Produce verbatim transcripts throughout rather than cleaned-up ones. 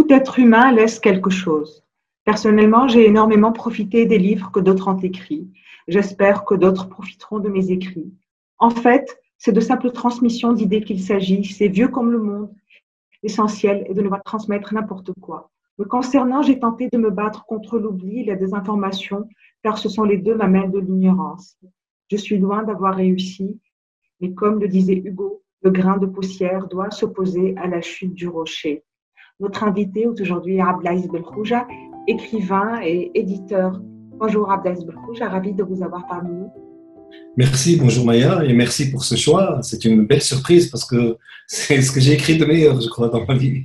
être humain laisse quelque chose. Personnellement, j'ai énormément profité des livres que d'autres ont écrits. J'espère que d'autres profiteront de mes écrits. En fait, c'est de simple transmission d'idées qu'il s'agit. C'est vieux comme le monde. L'essentiel est de ne pas transmettre n'importe quoi. Me concernant, j'ai tenté de me battre contre l'oubli et la désinformation, car ce sont les deux mamelles de l'ignorance. Je suis loin d'avoir réussi, mais comme le disait Hugo, le grain de poussière doit s'opposer à la chute du rocher. Notre invité aujourd'hui est Abdelaziz Belkhouja, écrivain et éditeur. Bonjour Abdelaziz Belkhouja, ravi de vous avoir parmi nous. Merci, bonjour Maya, et merci pour ce choix. C'est une belle surprise parce que c'est ce que j'ai écrit de meilleur, je crois, dans ma vie.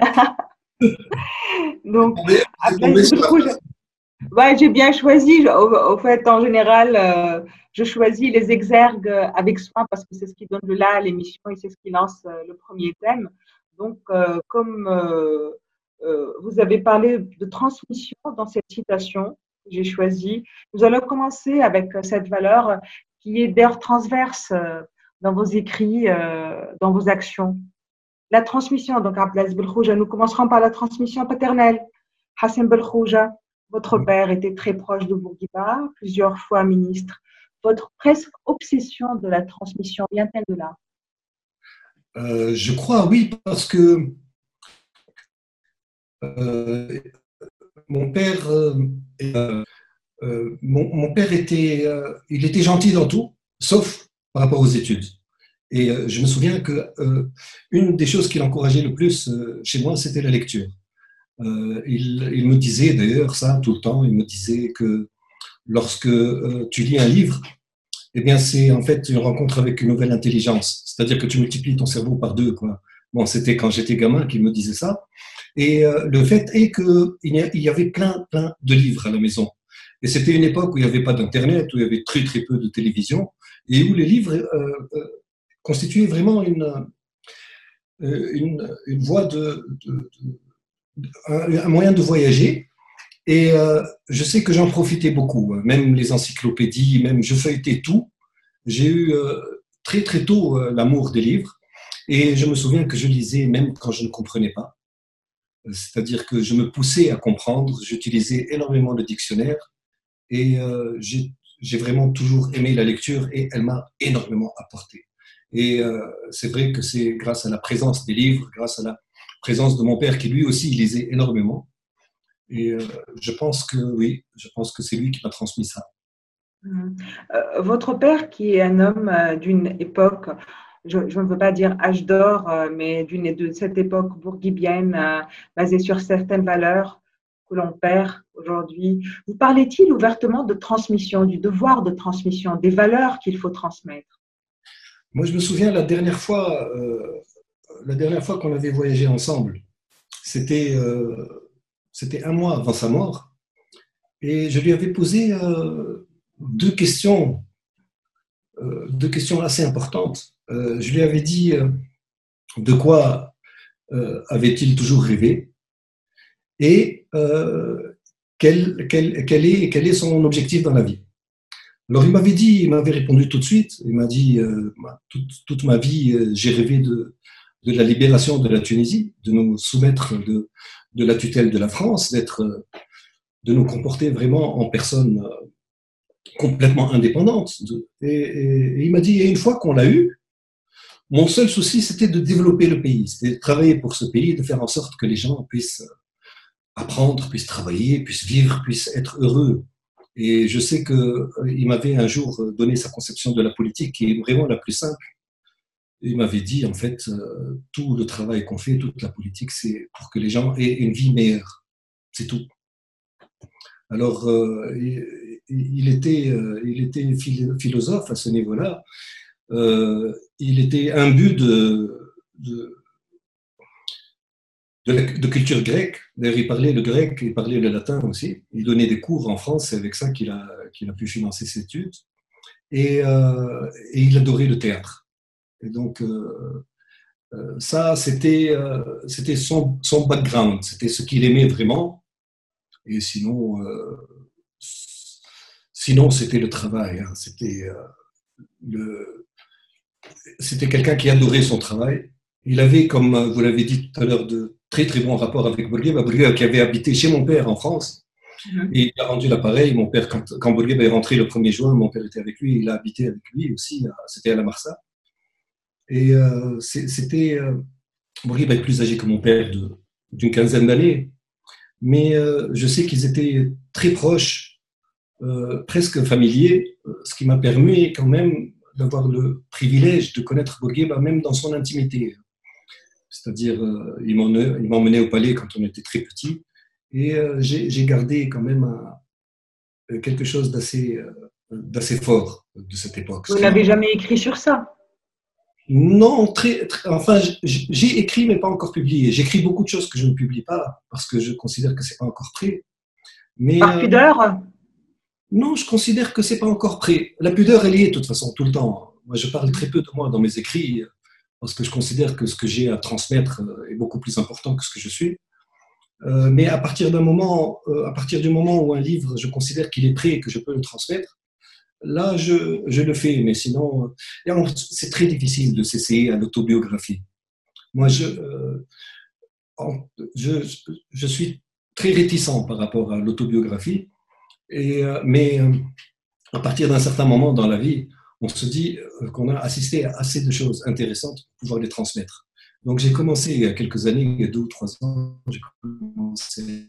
Donc, J'ai tombé Abdelaziz sur la Belkhouja, ouais, j'ai bien choisi. Au, au fait, en général, euh, je choisis les exergues avec soin parce que c'est ce qui donne le là à l'émission et c'est ce qui lance euh, le premier thème. Donc, euh, comme euh, euh, vous avez parlé de transmission dans cette citation que j'ai choisie, nous allons commencer avec cette valeur qui est d'ailleurs transverse euh, dans vos écrits, euh, dans vos actions. La transmission, donc Abdelaziz Belkhouja, nous commencerons par la transmission paternelle. Hassan Belkhouja, votre père était très proche de Bourguiba, plusieurs fois ministre. Votre presque obsession de la transmission vient-elle de là? Euh, je crois, oui, parce que euh, mon père, euh, euh, euh, mon, mon père était, euh, il était gentil dans tout, sauf par rapport aux études. Et euh, je me souviens que euh, une des choses qu'il encourageait le plus euh, chez moi, c'était la lecture. Euh, il, il me disait d'ailleurs ça tout le temps. Il me disait que lorsque euh, tu lis un livre, eh bien, c'est en fait une rencontre avec une nouvelle intelligence. C'est-à-dire que tu multiplies ton cerveau par deux, quoi. Bon, c'était quand j'étais gamin qu'il me disait ça. Et euh, le fait est qu'il y, y avait plein, plein de livres à la maison. Et c'était une époque où il n'y avait pas d'Internet, où il y avait très, très peu de télévision, et où les livres euh, euh, constituaient vraiment une, euh, une, une voie de, de, de un, un moyen de voyager. Et euh, je sais que j'en profitais beaucoup, même les encyclopédies, même je feuilletais tout. J'ai eu euh, très très tôt euh, l'amour des livres et je me souviens que je lisais même quand je ne comprenais pas. C'est-à-dire que je me poussais à comprendre, j'utilisais énormément le dictionnaire et euh, j'ai, j'ai vraiment toujours aimé la lecture et elle m'a énormément apporté. Et euh, c'est vrai que c'est grâce à la présence des livres, grâce à la présence de mon père qui lui aussi lisait énormément. Et euh, je pense que oui, je pense que c'est lui qui m'a transmis ça. Mmh. Euh, votre père, qui est un homme euh, d'une époque, je, je ne veux pas dire âge d'or, euh, mais d'une de cette époque bourguibienne, euh, basée sur certaines valeurs que l'on perd aujourd'hui, vous parlait-il ouvertement de transmission, du devoir de transmission, des valeurs qu'il faut transmettre? Moi, je me souviens la dernière fois, euh, la dernière fois qu'on avait voyagé ensemble, c'était euh, c'était un mois avant sa mort, et je lui avais posé euh, deux questions, euh, deux questions assez importantes. Euh, je lui avais dit euh, de quoi euh, avait-il toujours rêvé et euh, quel, quel, quel, est, quel est son objectif dans la vie. Alors il m'avait dit, il m'avait répondu tout de suite, il m'a dit euh, toute, toute ma vie euh, j'ai rêvé de, de la libération de la Tunisie, de nous soumettre de, de la tutelle de la France, d'être, de nous comporter vraiment en personne euh, complètement indépendante. Et, et, et il m'a dit, et une fois qu'on l'a eu, mon seul souci c'était de développer le pays, c'était de travailler pour ce pays, de faire en sorte que les gens puissent apprendre, puissent travailler, puissent vivre, puissent être heureux. Et je sais qu'il m'avait un jour donné sa conception de la politique qui est vraiment la plus simple. Il m'avait dit, en fait, euh, tout le travail qu'on fait, toute la politique, c'est pour que les gens aient une vie meilleure. C'est tout. Alors, euh, il, il, était, euh, il était philosophe à ce niveau-là. Euh, il était imbu de, de, de, la, de culture grecque. D'ailleurs, il parlait le grec, il parlait le latin aussi. Il donnait des cours en France, c'est avec ça qu'il a, qu'il a pu financer ses études. Et, euh, et il adorait le théâtre. Et donc, euh, euh, ça, c'était, euh, c'était son, son background, c'était ce qu'il aimait vraiment. Et sinon, euh, sinon c'était le travail. Hein. C'était, euh, le, c'était quelqu'un qui adorait son travail. Il avait, comme vous l'avez dit tout à l'heure, de très très bon rapport avec Bourguiba. Bourguiba qui avait habité chez mon père en France. Mm-hmm. Et il a rendu l'appareil. Mon père, quand, quand Bourguiba est rentré le premier juin, mon père était avec lui. Il a habité avec lui aussi. C'était à la Marsa. Et euh, c'était. Euh, Bourguiba est plus âgé que mon père de, d'une quinzaine d'années. Mais euh, je sais qu'ils étaient très proches, euh, presque familiers, ce qui m'a permis quand même d'avoir le privilège de connaître Bourguiba même dans son intimité. C'est-à-dire, euh, ils m'emmenaient au palais quand on était très petit, et euh, j'ai gardé quand même un, quelque chose d'assez euh, d'assez fort de cette époque. Vous n'avez jamais écrit sur ça? Non, très, très, enfin, j'ai écrit, mais pas encore publié. J'écris beaucoup de choses que je ne publie pas, parce que je considère que ce n'est pas encore prêt. Mais, Par pudeur euh, Non, je considère que ce n'est pas encore prêt. La pudeur, elle y est de toute façon, tout le temps. Moi, je parle très peu de moi dans mes écrits, parce que je considère que ce que j'ai à transmettre est beaucoup plus important que ce que je suis. Euh, mais à partir d'un moment, euh, à partir du moment où un livre, je considère qu'il est prêt et que je peux le transmettre, là, je, je le fais. Mais sinon, euh, c'est très difficile de s'essayer à l'autobiographie. Moi, je, euh, je, je suis très réticent par rapport à l'autobiographie. Et, euh, mais euh, à partir d'un certain moment dans la vie, on se dit qu'on a assisté à assez de choses intéressantes pour pouvoir les transmettre. Donc j'ai commencé il y a quelques années, il y a deux ou trois ans, j'ai commencé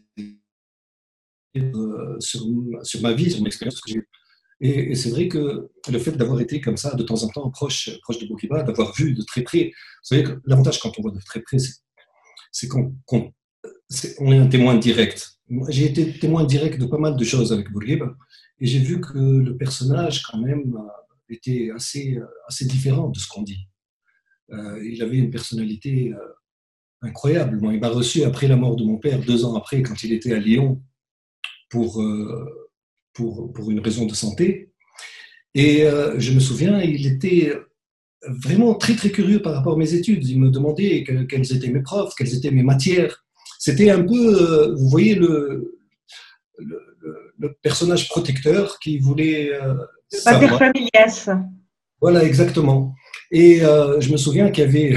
euh, sur, sur ma vie, sur mon expérience que j'ai eue. Et, et c'est vrai que le fait d'avoir été comme ça de temps en temps proche, proche de Bourguiba, d'avoir vu de très près, vous savez que l'avantage quand on voit de très près, c'est qu'on qu'on, est, on est un témoin direct. J'ai été témoin direct de pas mal de choses avec Bourguiba, et j'ai vu que le personnage quand même était assez, assez différent de ce qu'on dit. Euh, il avait une personnalité euh, incroyable. Bon, il m'a reçu après la mort de mon père, deux ans après, quand il était à Lyon, pour, euh, pour, pour une raison de santé. Et euh, je me souviens, il était vraiment très, très curieux par rapport à mes études. Il me demandait que, quels étaient mes profs, quelles étaient mes matières. C'était un peu, euh, vous voyez, le, le, le personnage protecteur qui voulait euh, le pater familias. Voilà, exactement. Et euh, je me souviens qu'il y avait,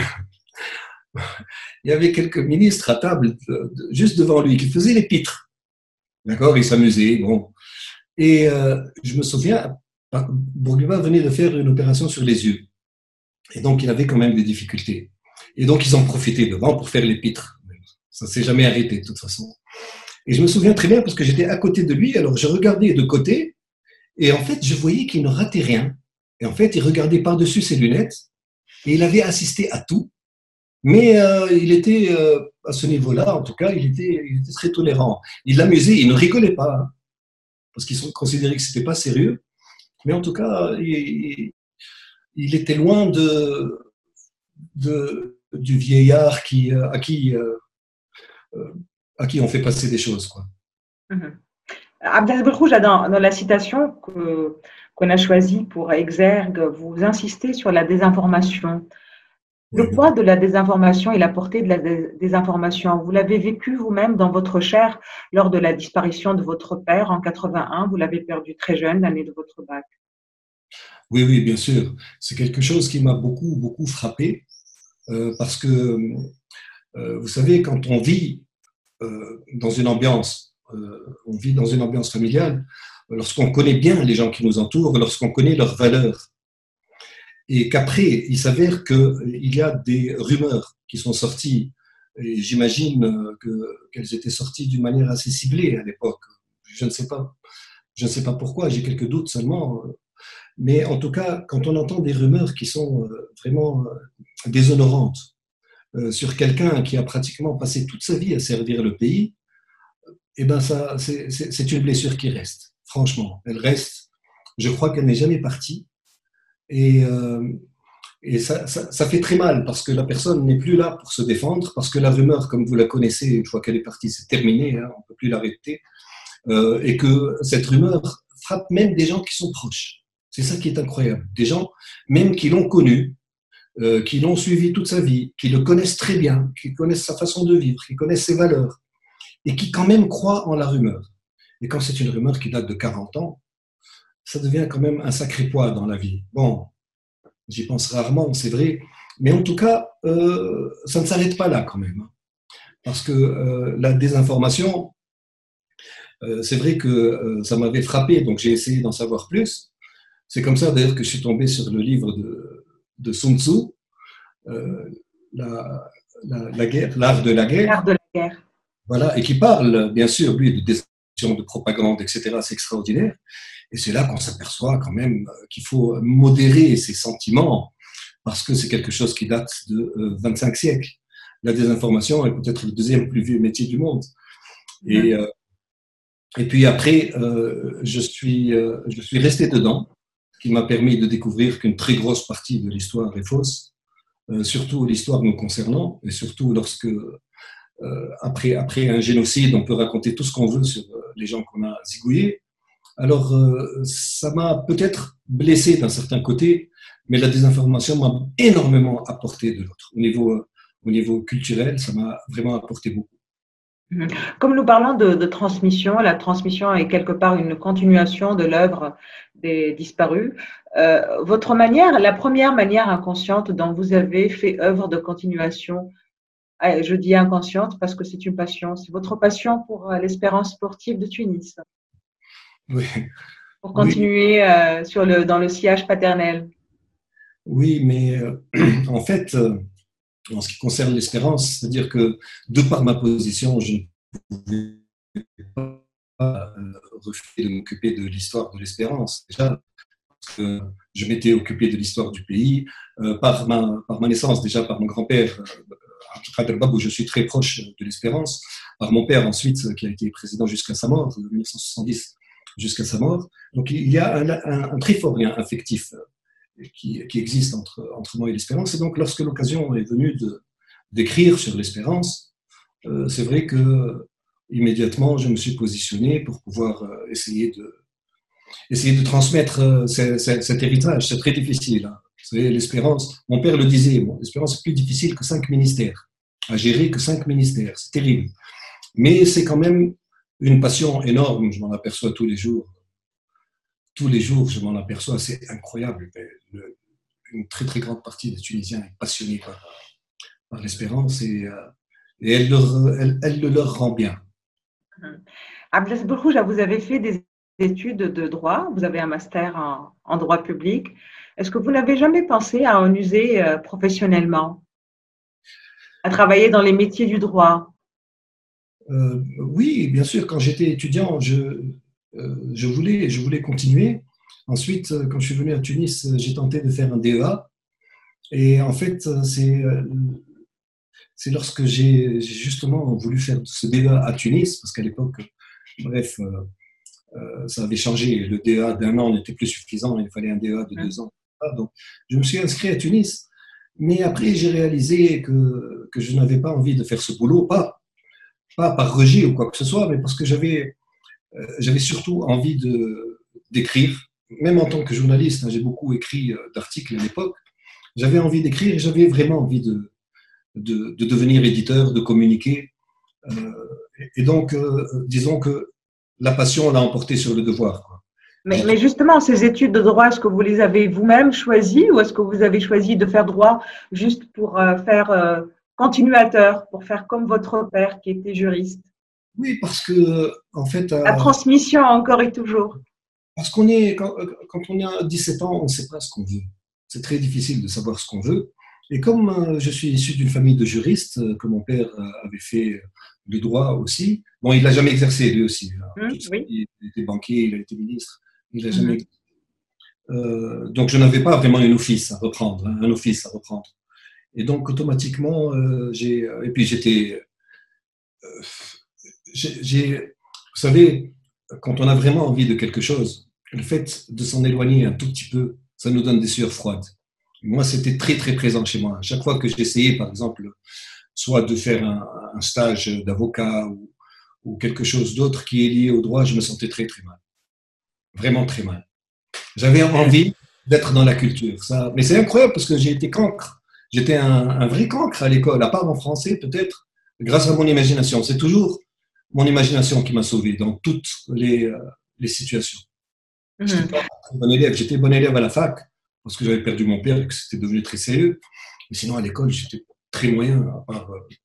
il y avait quelques ministres à table, de, de, juste devant lui, qui faisaient les pitres. D'accord, ils s'amusaient, bon. Et euh, je me souviens, Bourguiba venait de faire une opération sur les yeux. Et donc, il avait quand même des difficultés. Et donc, ils en profitaient devant pour faire les pitres. Ça ne s'est jamais arrêté, de toute façon. Et je me souviens très bien parce que j'étais à côté de lui, alors je regardais de côté, et en fait, je voyais qu'il ne ratait rien. Et en fait, il regardait par-dessus ses lunettes, et il avait assisté à tout. Mais euh, il était, euh, à ce niveau-là, en tout cas, il était, il était très tolérant. Il l'amusait, il ne rigolait pas, hein, parce qu'ils considéraient que ce n'était pas sérieux. Mais en tout cas, il, il était loin de, de, du vieillard qui, à, qui, euh, à qui on fait passer des choses, quoi. Mm-hmm. Abdel Belkhouja, dans, dans la citation que, qu'on a choisie pour Exergue, vous insistez sur la désinformation. Le oui, poids oui. de la désinformation et la portée de la désinformation, vous l'avez vécu vous-même dans votre chair lors de la disparition de votre père en quatre-vingt-un. Vous l'avez perdu très jeune, l'année de votre bac. Oui, oui, bien sûr. C'est quelque chose qui m'a beaucoup, beaucoup frappé euh, parce que, euh, vous savez, quand on vit euh, dans une ambiance, euh, on vit dans une ambiance familiale, lorsqu'on connaît bien les gens qui nous entourent, lorsqu'on connaît leurs valeurs, et qu'après, il s'avère qu'il y a des rumeurs qui sont sorties, et j'imagine que, qu'elles étaient sorties d'une manière assez ciblée à l'époque. Je ne sais pas, je ne sais pas pourquoi, j'ai quelques doutes seulement. Mais en tout cas, quand on entend des rumeurs qui sont vraiment déshonorantes sur quelqu'un qui a pratiquement passé toute sa vie à servir le pays, eh ben ça, c'est, c'est, c'est une blessure qui reste. Franchement, elle reste. Je crois qu'elle n'est jamais partie. Et, euh, et ça, ça, ça fait très mal parce que la personne n'est plus là pour se défendre, parce que la rumeur, comme vous la connaissez, une fois qu'elle est partie, c'est terminé, hein, on ne peut plus l'arrêter, euh, et que cette rumeur frappe même des gens qui sont proches. C'est ça qui est incroyable. Des gens, même qui l'ont connu, euh, qui l'ont suivi toute sa vie, qui le connaissent très bien, qui connaissent sa façon de vivre, qui connaissent ses valeurs, et qui quand même croient en la rumeur. Et quand c'est une rumeur qui date de quarante ans, ça devient quand même un sacré poids dans la vie. Bon, j'y pense rarement, c'est vrai, mais en tout cas, euh, ça ne s'arrête pas là quand même. parce que euh, la désinformation, euh, c'est vrai que euh, ça m'avait frappé, donc j'ai essayé d'en savoir plus. C'est comme ça d'ailleurs que je suis tombé sur le livre de, de Sun Tzu, euh, la, la, la guerre, l'art de la L'art guerre, de la guerre. voilà, et qui parle bien sûr lui de désinformation, de propagande, et cetera. C'est extraordinaire. Et c'est là qu'on s'aperçoit quand même qu'il faut modérer ses sentiments parce que c'est quelque chose qui date de euh, vingt-cinq siècles. La désinformation est peut-être le deuxième plus vieux métier du monde. Et, euh, et puis après, euh, je, suis, euh, je suis resté dedans, ce qui m'a permis de découvrir qu'une très grosse partie de l'histoire est fausse, euh, surtout l'histoire nous concernant, et surtout lorsque, euh, après, après un génocide, on peut raconter tout ce qu'on veut sur les gens qu'on a zigouillés. Alors, euh, ça m'a peut-être blessé d'un certain côté, mais la désinformation m'a énormément apporté de l'autre. Au niveau, au niveau culturel, ça m'a vraiment apporté beaucoup. Comme nous parlons de, de transmission, la transmission est quelque part une continuation de l'œuvre des disparus. Euh, votre manière, la première manière inconsciente dont vous avez fait œuvre de continuation, je dis inconsciente parce que c'est une passion, c'est votre passion pour l'Espérance sportive de Tunis. Oui. Pour Oui. continuer euh, sur le, dans le sillage paternel. Oui, mais euh, en fait, euh, en ce qui concerne l'Espérance, c'est-à-dire que de par ma position, je ne pouvais pas euh, refuser de m'occuper de l'histoire de l'Espérance. Déjà, parce que je m'étais occupé de l'histoire du pays euh, par, ma, par ma naissance, déjà par mon grand-père, euh, où je suis très proche de l'Espérance, par mon père ensuite, qui a été président jusqu'à sa mort, de mille neuf cent soixante-dix jusqu'à sa mort. Donc il y a un, un, un très fort lien affectif qui, qui existe entre, entre moi et l'Espérance. Et donc lorsque l'occasion est venue de, d'écrire sur l'Espérance, euh, c'est vrai que immédiatement je me suis positionné pour pouvoir euh, essayer de essayer de transmettre euh, c- c- cet héritage. C'est très difficile. Hein. Vous savez, l'Espérance, mon père le disait, bon, l'Espérance est plus difficile que cinq ministères, à gérer que cinq ministères. C'est terrible. Mais c'est quand même une passion énorme, je m'en aperçois tous les jours. Tous les jours, je m'en aperçois, c'est incroyable. Le, une très très grande partie des Tunisiens est passionnée par, par l'Espérance et, euh, et elle, leur, elle, elle le leur rend bien. Abdelaziz Boukhouja, vous avez fait des études de droit, vous avez un master en, en droit public. Est-ce que vous n'avez jamais pensé à en user euh, professionnellement, à travailler dans les métiers du droit? Euh, oui, bien sûr, quand j'étais étudiant, je, euh, je, voulais, je voulais continuer. Ensuite, quand je suis venu à Tunis, j'ai tenté de faire un D E A. Et en fait, c'est, c'est lorsque j'ai justement voulu faire ce D E A à Tunis, parce qu'à l'époque, bref, euh, euh, ça avait changé. Le D E A d'un an n'était plus suffisant, il fallait un D E A de deux ans. Donc, je me suis inscrit à Tunis. Mais après, j'ai réalisé que, que je n'avais pas envie de faire ce boulot, pas, pas par rejet ou quoi que ce soit, mais parce que j'avais, euh, j'avais surtout envie de, d'écrire. Même en tant que journaliste, hein, j'ai beaucoup écrit euh, d'articles à l'époque. J'avais envie d'écrire et j'avais vraiment envie de, de, de devenir éditeur, de communiquer. Euh, et donc, euh, disons que la passion l'a emporté sur le devoir. Quoi. Mais, mais justement, ces études de droit, est-ce que vous les avez vous-même choisies ou est-ce que vous avez choisi de faire droit juste pour euh, faire euh, continuateur, pour faire comme votre père qui était juriste? Oui, parce que, en fait, La euh, transmission encore et toujours. parce qu'on est, quand, quand on a dix-sept ans, on ne sait pas ce qu'on veut. C'est très difficile de savoir ce qu'on veut. Et comme euh, je suis issu d'une famille de juristes, euh, que mon père euh, avait fait le droit aussi, bon, il l'a jamais exercé lui aussi. Hein. Hum, Toute sa oui. vie, il était banquier, il a été ministre, il n'a jamais Mhm. exercé. Euh, donc je n'avais pas vraiment un office à reprendre, hein, un office à reprendre. Et donc automatiquement, euh, j'ai, et puis j'étais, euh, j'ai, j'ai, vous savez, quand on a vraiment envie de quelque chose, le fait de s'en éloigner un tout petit peu, ça nous donne des sueurs froides. Moi, c'était très très présent chez moi. À chaque fois que j'essayais, par exemple, soit de faire un, un stage d'avocat ou, ou quelque chose d'autre qui est lié au droit, je me sentais très très mal, vraiment très mal. J'avais envie d'être dans la culture. Ça. Mais c'est incroyable parce que j'ai été cancre. J'étais un, un vrai cancre à l'école, à part en français peut-être, grâce à mon imagination. C'est toujours mon imagination qui m'a sauvé dans toutes les, euh, les situations. Je n'étais Mhm. pas un bon élève. J'étais bon élève à la fac parce que j'avais perdu mon père et que c'était devenu très sérieux. Mais sinon, à l'école, j'étais très moyen, à part euh,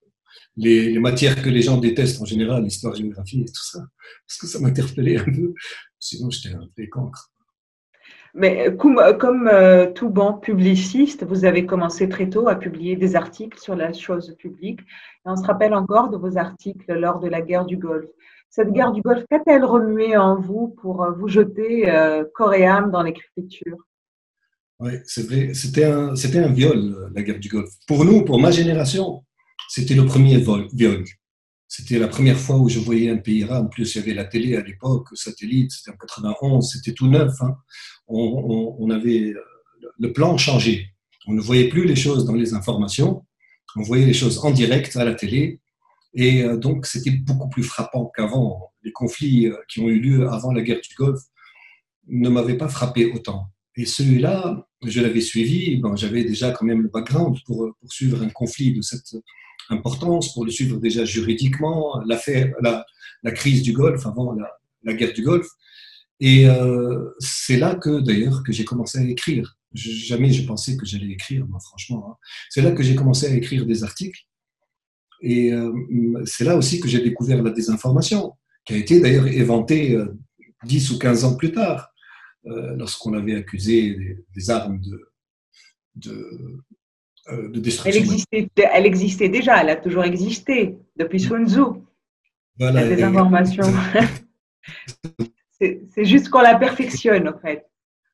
les, les matières que les gens détestent en général, l'histoire, géographie et tout ça, parce que ça m'interpellait un peu. Sinon, j'étais un vrai cancre. Mais comme, comme euh, tout bon publiciste, vous avez commencé très tôt à publier des articles sur la chose publique. Et on se rappelle encore de vos articles lors de la guerre du Golfe. Cette guerre du Golfe, qu'a-t-elle remué en vous pour euh, vous jeter euh, corps et âme dans l'écriture? Oui, c'est vrai. C'était un, c'était un viol, la guerre du Golfe. Pour nous, pour ma génération, c'était le premier vol, viol. C'était la première fois où je voyais un pays arabe. En plus, il y avait la télé à l'époque, satellite, c'était en quatre-vingt-onze, c'était tout neuf. Hein. On, on, on avait le plan changé. On ne voyait plus les choses dans les informations, on voyait les choses en direct à la télé. Et donc, c'était beaucoup plus frappant qu'avant. Les conflits qui ont eu lieu avant la guerre du Golfe ne m'avaient pas frappé autant. Et celui-là, je l'avais suivi, bon, j'avais déjà quand même le background pour, pour suivre un conflit de cette importance, pour le suivre déjà juridiquement, l'affaire, la, la crise du Golfe avant la, la guerre du Golfe. Et euh, c'est là que, d'ailleurs, que j'ai commencé à écrire. Je, jamais je pensais que j'allais écrire, moi, franchement. Hein. C'est là que j'ai commencé à écrire des articles. Et euh, c'est là aussi que j'ai découvert la désinformation, qui a été d'ailleurs éventée euh, dix ou quinze ans plus tard. Euh, lorsqu'on avait accusé des, des armes de, de, euh, de Elle destruction. existait, elle existait déjà, elle a toujours existé, depuis Sun Tzu, Voilà, la désinformation. c'est, c'est juste qu'on la perfectionne, en fait.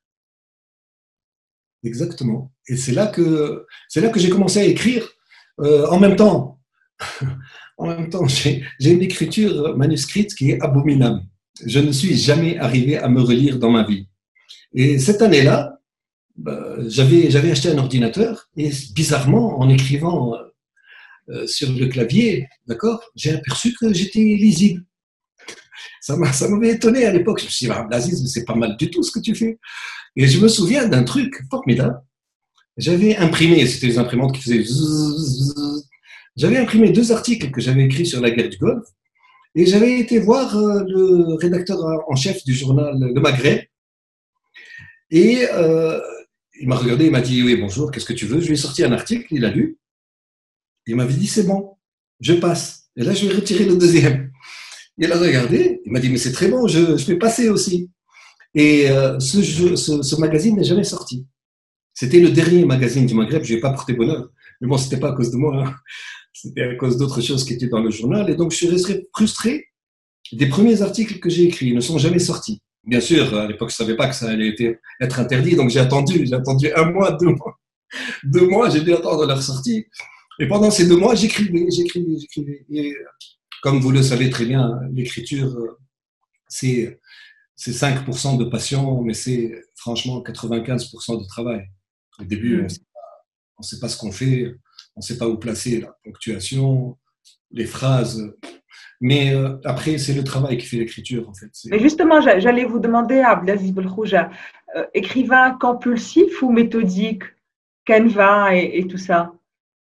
Exactement. Et c'est là que, c'est là que j'ai commencé à écrire euh, en même temps. En même temps, j'ai, j'ai une écriture manuscrite qui est abominable. Je ne suis jamais arrivé à me relire dans ma vie. Et cette année-là, bah, j'avais, j'avais acheté un ordinateur et bizarrement, en écrivant euh, sur le clavier, d'accord, j'ai aperçu que j'étais lisible. Ça, m'a, ça m'avait étonné à l'époque. Je me suis dit, ah, Abdelaziz, mais c'est pas mal du tout ce que tu fais. Et je me souviens d'un truc formidable. J'avais imprimé, c'était les imprimantes qui faisaient zzzz. J'avais imprimé deux articles que j'avais écrits sur la guerre du Golfe et j'avais été voir euh, le rédacteur en chef du journal Le Maghreb. Et euh, il m'a regardé, il m'a dit, oui, bonjour, qu'est-ce que tu veux? Je lui ai sorti un article, il a lu. Il m'avait dit, c'est bon, je passe. Et là, je vais retirer le deuxième. Il a regardé, il m'a dit, mais c'est très bon, je, je vais passer aussi. Et euh, ce, jeu, ce, ce magazine n'est jamais sorti. C'était le dernier magazine du Maghreb, je ne vais pas porter bonheur. Mais bon, ce n'était pas à cause de moi, hein. C'était à cause d'autres choses qui étaient dans le journal. Et donc, je suis resté frustré. Des premiers articles que j'ai écrits ne sont jamais sortis. Bien sûr, à l'époque, je ne savais pas que ça allait être interdit, donc j'ai attendu. J'ai attendu un mois, deux mois. Deux mois, j'ai dû attendre leur sortie. Et pendant ces deux mois, j'écrivais, j'écrivais, j'écrivais. Et comme vous le savez très bien, l'écriture, c'est, c'est cinq pour cent de passion, mais c'est franchement quatre-vingt-quinze pour cent de travail. Au début, on ne sait pas ce qu'on fait, on ne sait pas où placer la ponctuation, les phrases. Mais euh, après, c'est le travail qui fait l'écriture, en fait. C'est... Mais justement, j'allais vous demander, Abdelaziz Belkhoujia, euh, écrivain compulsif ou méthodique, Canva et, et tout ça?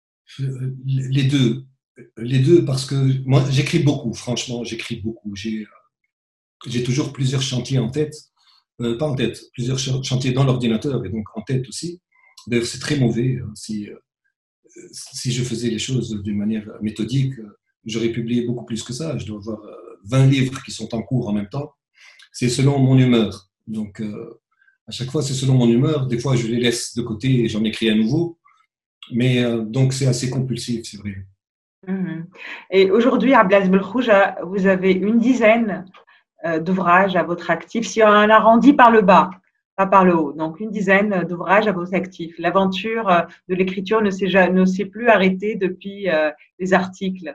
Les deux. Les deux, parce que moi, j'écris beaucoup, franchement, j'écris beaucoup. J'ai, j'ai toujours plusieurs chantiers en tête. Euh, pas en tête, plusieurs chantiers dans l'ordinateur et donc en tête aussi. D'ailleurs, c'est très mauvais. Si, si je faisais les choses d'une manière méthodique, j'aurais publié beaucoup plus que ça. Je dois avoir vingt livres qui sont en cours en même temps. C'est selon mon humeur. Donc, euh, à chaque fois, c'est selon mon humeur. Des fois, je les laisse de côté et j'en écris à nouveau. Mais euh, donc, c'est assez compulsif, c'est vrai. Mmh. Et aujourd'hui, Abdelaziz Belkhoujia, vous avez une dizaine d'ouvrages à votre actif, si on en arrondit par le bas, pas par le haut. Donc, une dizaine d'ouvrages à votre actif. L'aventure de l'écriture ne s'est, ne s'est plus arrêtée depuis euh, les articles.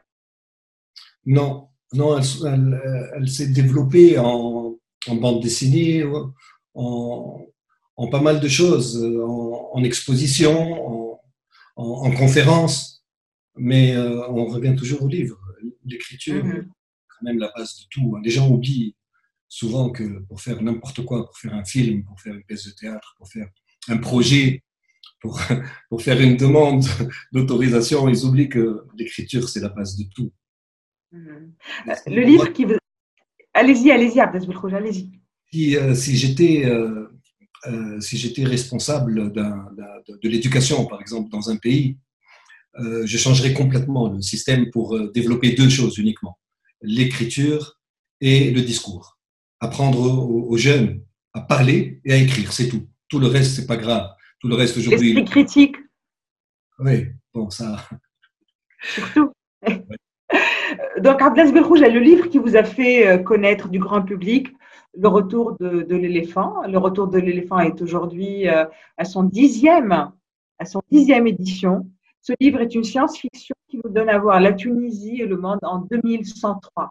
Non, non, elle, elle, elle s'est développée en, en bande dessinée, en, en pas mal de choses, en, en exposition, en, en, en conférence, mais euh, on revient toujours au livre. L'écriture, mmh. quand même la base de tout. Les gens oublient souvent que pour faire n'importe quoi, pour faire un film, pour faire une pièce de théâtre, pour faire un projet, pour, pour faire une demande d'autorisation, ils oublient que l'écriture, c'est la base de tout. Mmh. Le livre qui vous... Allez-y, allez-y, Abdelaziz Belkhoujia, allez-y. Si, euh, si j'étais euh, euh, si j'étais responsable d'un, d'un, de l'éducation, par exemple, dans un pays, euh, je changerais complètement le système pour euh, développer deux choses uniquement, l'écriture et le discours. Apprendre aux, aux jeunes à parler et à écrire, c'est tout. Tout le reste, c'est pas grave. Tout le reste L'esprit aujourd'hui, critique, oui, bon, ça. surtout. Donc, Abdelaziz Belkhouje, le livre qui vous a fait euh, connaître du grand public, Le retour de, de l'éléphant. Le retour de l'éléphant est aujourd'hui euh, à son dixième, à son dixième édition. Ce livre est une science-fiction qui nous donne à voir la Tunisie et le monde en deux mille cent trois.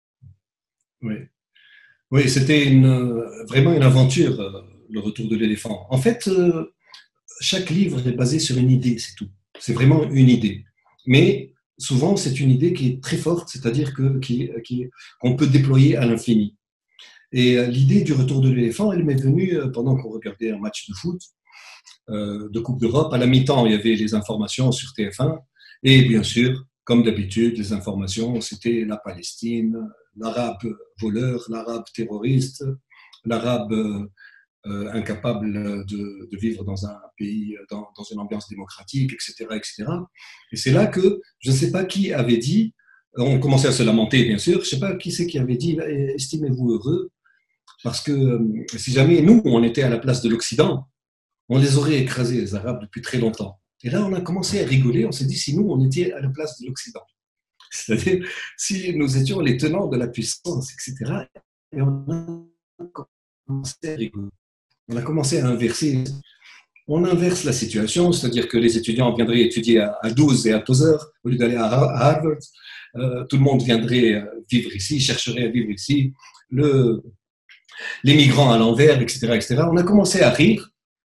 Oui, oui, c'était une, vraiment une aventure, euh, le retour de l'éléphant. En fait, euh, chaque livre est basé sur une idée, c'est tout. C'est vraiment une idée. Mais souvent, c'est une idée qui est très forte, c'est-à-dire que, qui, qui, qu'on peut déployer à l'infini. Et euh, l'idée du retour de l'éléphant, elle m'est venue euh, pendant qu'on regardait un match de foot, euh, de Coupe d'Europe. À la mi-temps, il y avait les informations sur T F un. Et bien sûr, comme d'habitude, les informations, c'était la Palestine, l'arabe voleur, l'arabe terroriste, l'arabe euh, euh, incapable de, de vivre dans un pays, dans, dans une ambiance démocratique, et cetera, et cetera. Et c'est là que, je ne sais pas qui avait dit, on commençait à se lamenter, bien sûr, je ne sais pas qui c'est qui avait dit, estimez-vous heureux, parce que euh, si jamais nous, on était à la place de l'Occident, on les aurait écrasés, les Arabes, depuis très longtemps. Et là, on a commencé à rigoler, on s'est dit, si nous, on était à la place de l'Occident, c'est-à-dire si nous étions les tenants de la puissance, et cetera. Et on a commencé à rigoler. On a commencé à inverser. On inverse la situation, c'est-à-dire que les étudiants viendraient étudier à douze et à douze heures au lieu d'aller à Harvard. Euh, tout le monde viendrait vivre ici, chercherait à vivre ici. Le, les migrants à l'envers, et cetera, et cetera. On a commencé à rire.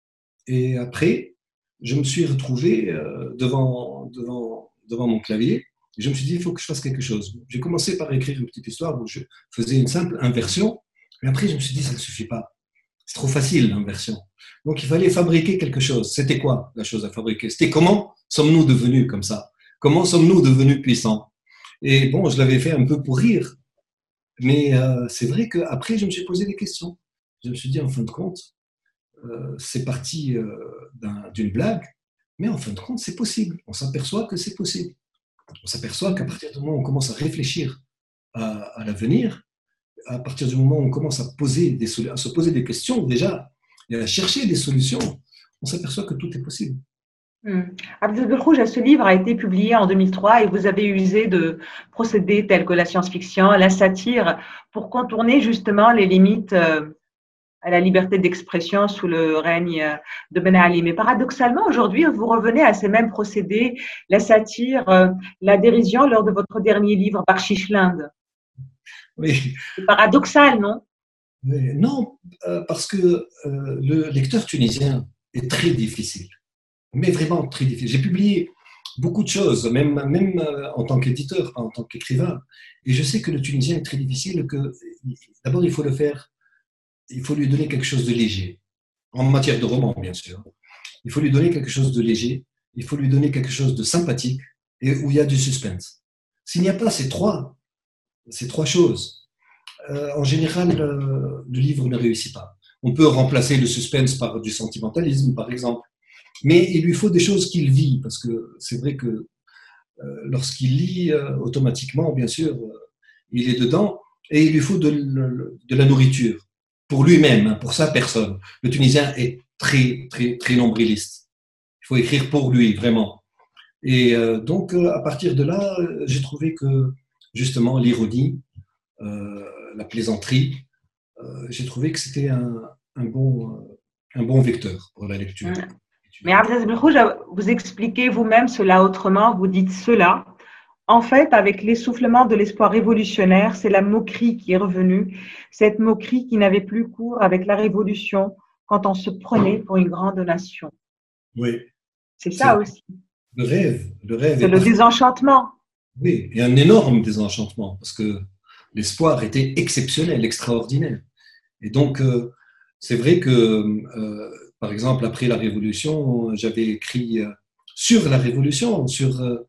Et après, je me suis retrouvé devant, devant, devant mon clavier. Et je me suis dit, il faut que je fasse quelque chose. J'ai commencé par écrire une petite histoire où je faisais une simple inversion. Mais après, je me suis dit, ça ne suffit pas. C'est trop facile, l'inversion. Donc, il fallait fabriquer quelque chose. C'était quoi, la chose à fabriquer? C'était comment sommes-nous devenus comme ça? Comment sommes-nous devenus puissants? Et bon, je l'avais fait un peu pour rire. Mais euh, c'est vrai qu'après, je me suis posé des questions. Je me suis dit, en fin de compte, euh, c'est parti euh, d'un, d'une blague, mais en fin de compte, c'est possible. On s'aperçoit que c'est possible. On s'aperçoit qu'à partir du moment où on commence à réfléchir à, à l'avenir, à partir du moment où on commence à, poser des, à se poser des questions déjà et à chercher des solutions, on s'aperçoit que tout est possible. Hum. Abdelaziz Belkhouje, ce livre a été publié en deux mille trois et vous avez usé de procédés tels que la science-fiction, la satire, pour contourner justement les limites euh, à la liberté d'expression sous le règne de Ben Ali. Mais paradoxalement, aujourd'hui, vous revenez à ces mêmes procédés, la satire, euh, la dérision lors de votre dernier livre, Bakshish l'Inde. Oui. C'est paradoxal, non? Mais non, euh, parce que euh, le lecteur tunisien est très difficile, mais vraiment très difficile. J'ai publié beaucoup de choses, même, même euh, en tant qu'éditeur, en tant qu'écrivain, et je sais que le tunisien est très difficile, que d'abord il faut le faire, il faut lui donner quelque chose de léger, en matière de roman bien sûr. Il faut lui donner quelque chose de léger, il faut lui donner quelque chose de sympathique, et où il y a du suspense. S'il n'y a pas ces trois, ces trois choses, Euh, en général, euh, le livre ne réussit pas. On peut remplacer le suspense par du sentimentalisme, par exemple, mais il lui faut des choses qu'il vit, parce que c'est vrai que euh, lorsqu'il lit, euh, automatiquement, bien sûr, euh, il est dedans, et il lui faut de, de la nourriture, pour lui-même, hein, pour sa personne. Le Tunisien est très, très, très nombriliste. Il faut écrire pour lui, vraiment. Et euh, donc, euh, à partir de là, j'ai trouvé que, justement, l'ironie, euh, la plaisanterie, euh, j'ai trouvé que c'était un, un, bon, un bon vecteur pour la lecture. Mais Abdelaziz Belkhouje, vous expliquez vous-même cela autrement, vous dites cela. En fait, avec l'essoufflement de l'espoir révolutionnaire, c'est la moquerie qui est revenue, cette moquerie qui n'avait plus cours avec la révolution quand on se prenait pour une grande nation. Oui. C'est ça c'est aussi. Le rêve. Le rêve c'est le parfait. Désenchantement. Oui, et un énorme désenchantement, parce que l'espoir était exceptionnel, extraordinaire. Et donc, euh, c'est vrai que, euh, par exemple, après la Révolution, j'avais écrit euh, sur la Révolution, sur, euh,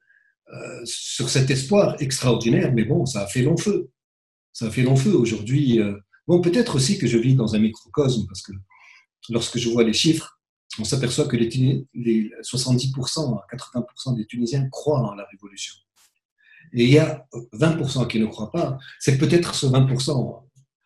sur cet espoir extraordinaire, mais bon, ça a fait long feu. Ça a fait long feu aujourd'hui. Euh, bon, peut-être aussi que je vis dans un microcosme, parce que lorsque je vois les chiffres, on s'aperçoit que les, les soixante-dix pour cent à quatre-vingts pour cent des Tunisiens croient en la révolution. Et il y a vingt pour cent qui ne croient pas. C'est peut-être ce vingt pour cent,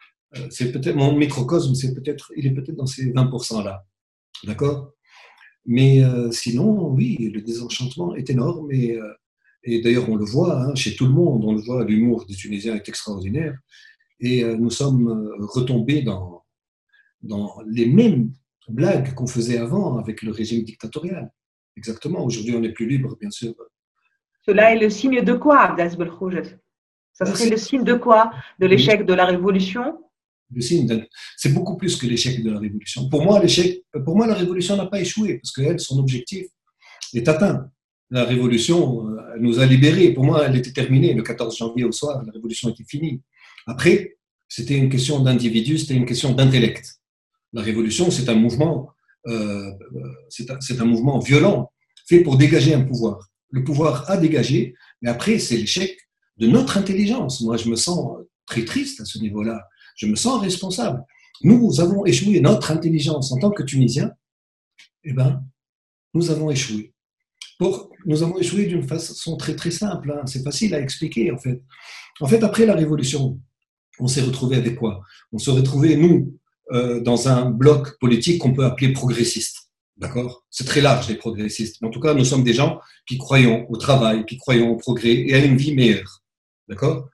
c'est peut-être mon microcosme, c'est peut-être, il est peut-être dans ces vingt pour cent là, d'accord. Mais euh, sinon, oui, le désenchantement est énorme et, euh, et d'ailleurs on le voit hein, chez tout le monde, on le voit, l'humour des Tunisiens est extraordinaire et euh, nous sommes retombés dans, dans les mêmes blagues qu'on faisait avant avec le régime dictatorial. Exactement, aujourd'hui on est plus libre, bien sûr. Cela est le signe de quoi, Abdas Belkhouj? Ça serait le signe de quoi? De l'échec de la révolution? Le signe, c'est beaucoup plus que l'échec de la révolution. Pour moi, l'échec, pour moi, la révolution n'a pas échoué parce qu'elle, son objectif est atteint. La révolution elle nous a libérés. Pour moi, elle était terminée le quatorze janvier au soir. La révolution était finie. Après, c'était une question d'individu, c'était une question d'intellect. La révolution, c'est un mouvement, euh, c'est un, c'est un mouvement violent fait pour dégager un pouvoir. Le pouvoir a dégagé, mais après, c'est l'échec de notre intelligence. Moi, je me sens très triste à ce niveau-là. Je me sens responsable. Nous avons échoué, notre intelligence en tant que Tunisiens, eh ben, nous avons échoué. Pour, nous avons échoué d'une façon très très simple. Hein. C'est facile à expliquer en fait. En fait, après la Révolution, on s'est retrouvé avec quoi? On s'est retrouvé nous euh, dans un bloc politique qu'on peut appeler progressiste. D'accord? C'est très large les progressistes. Mais en tout cas, nous sommes des gens qui croyons au travail, qui croyons au progrès et à une vie meilleure. D'accord?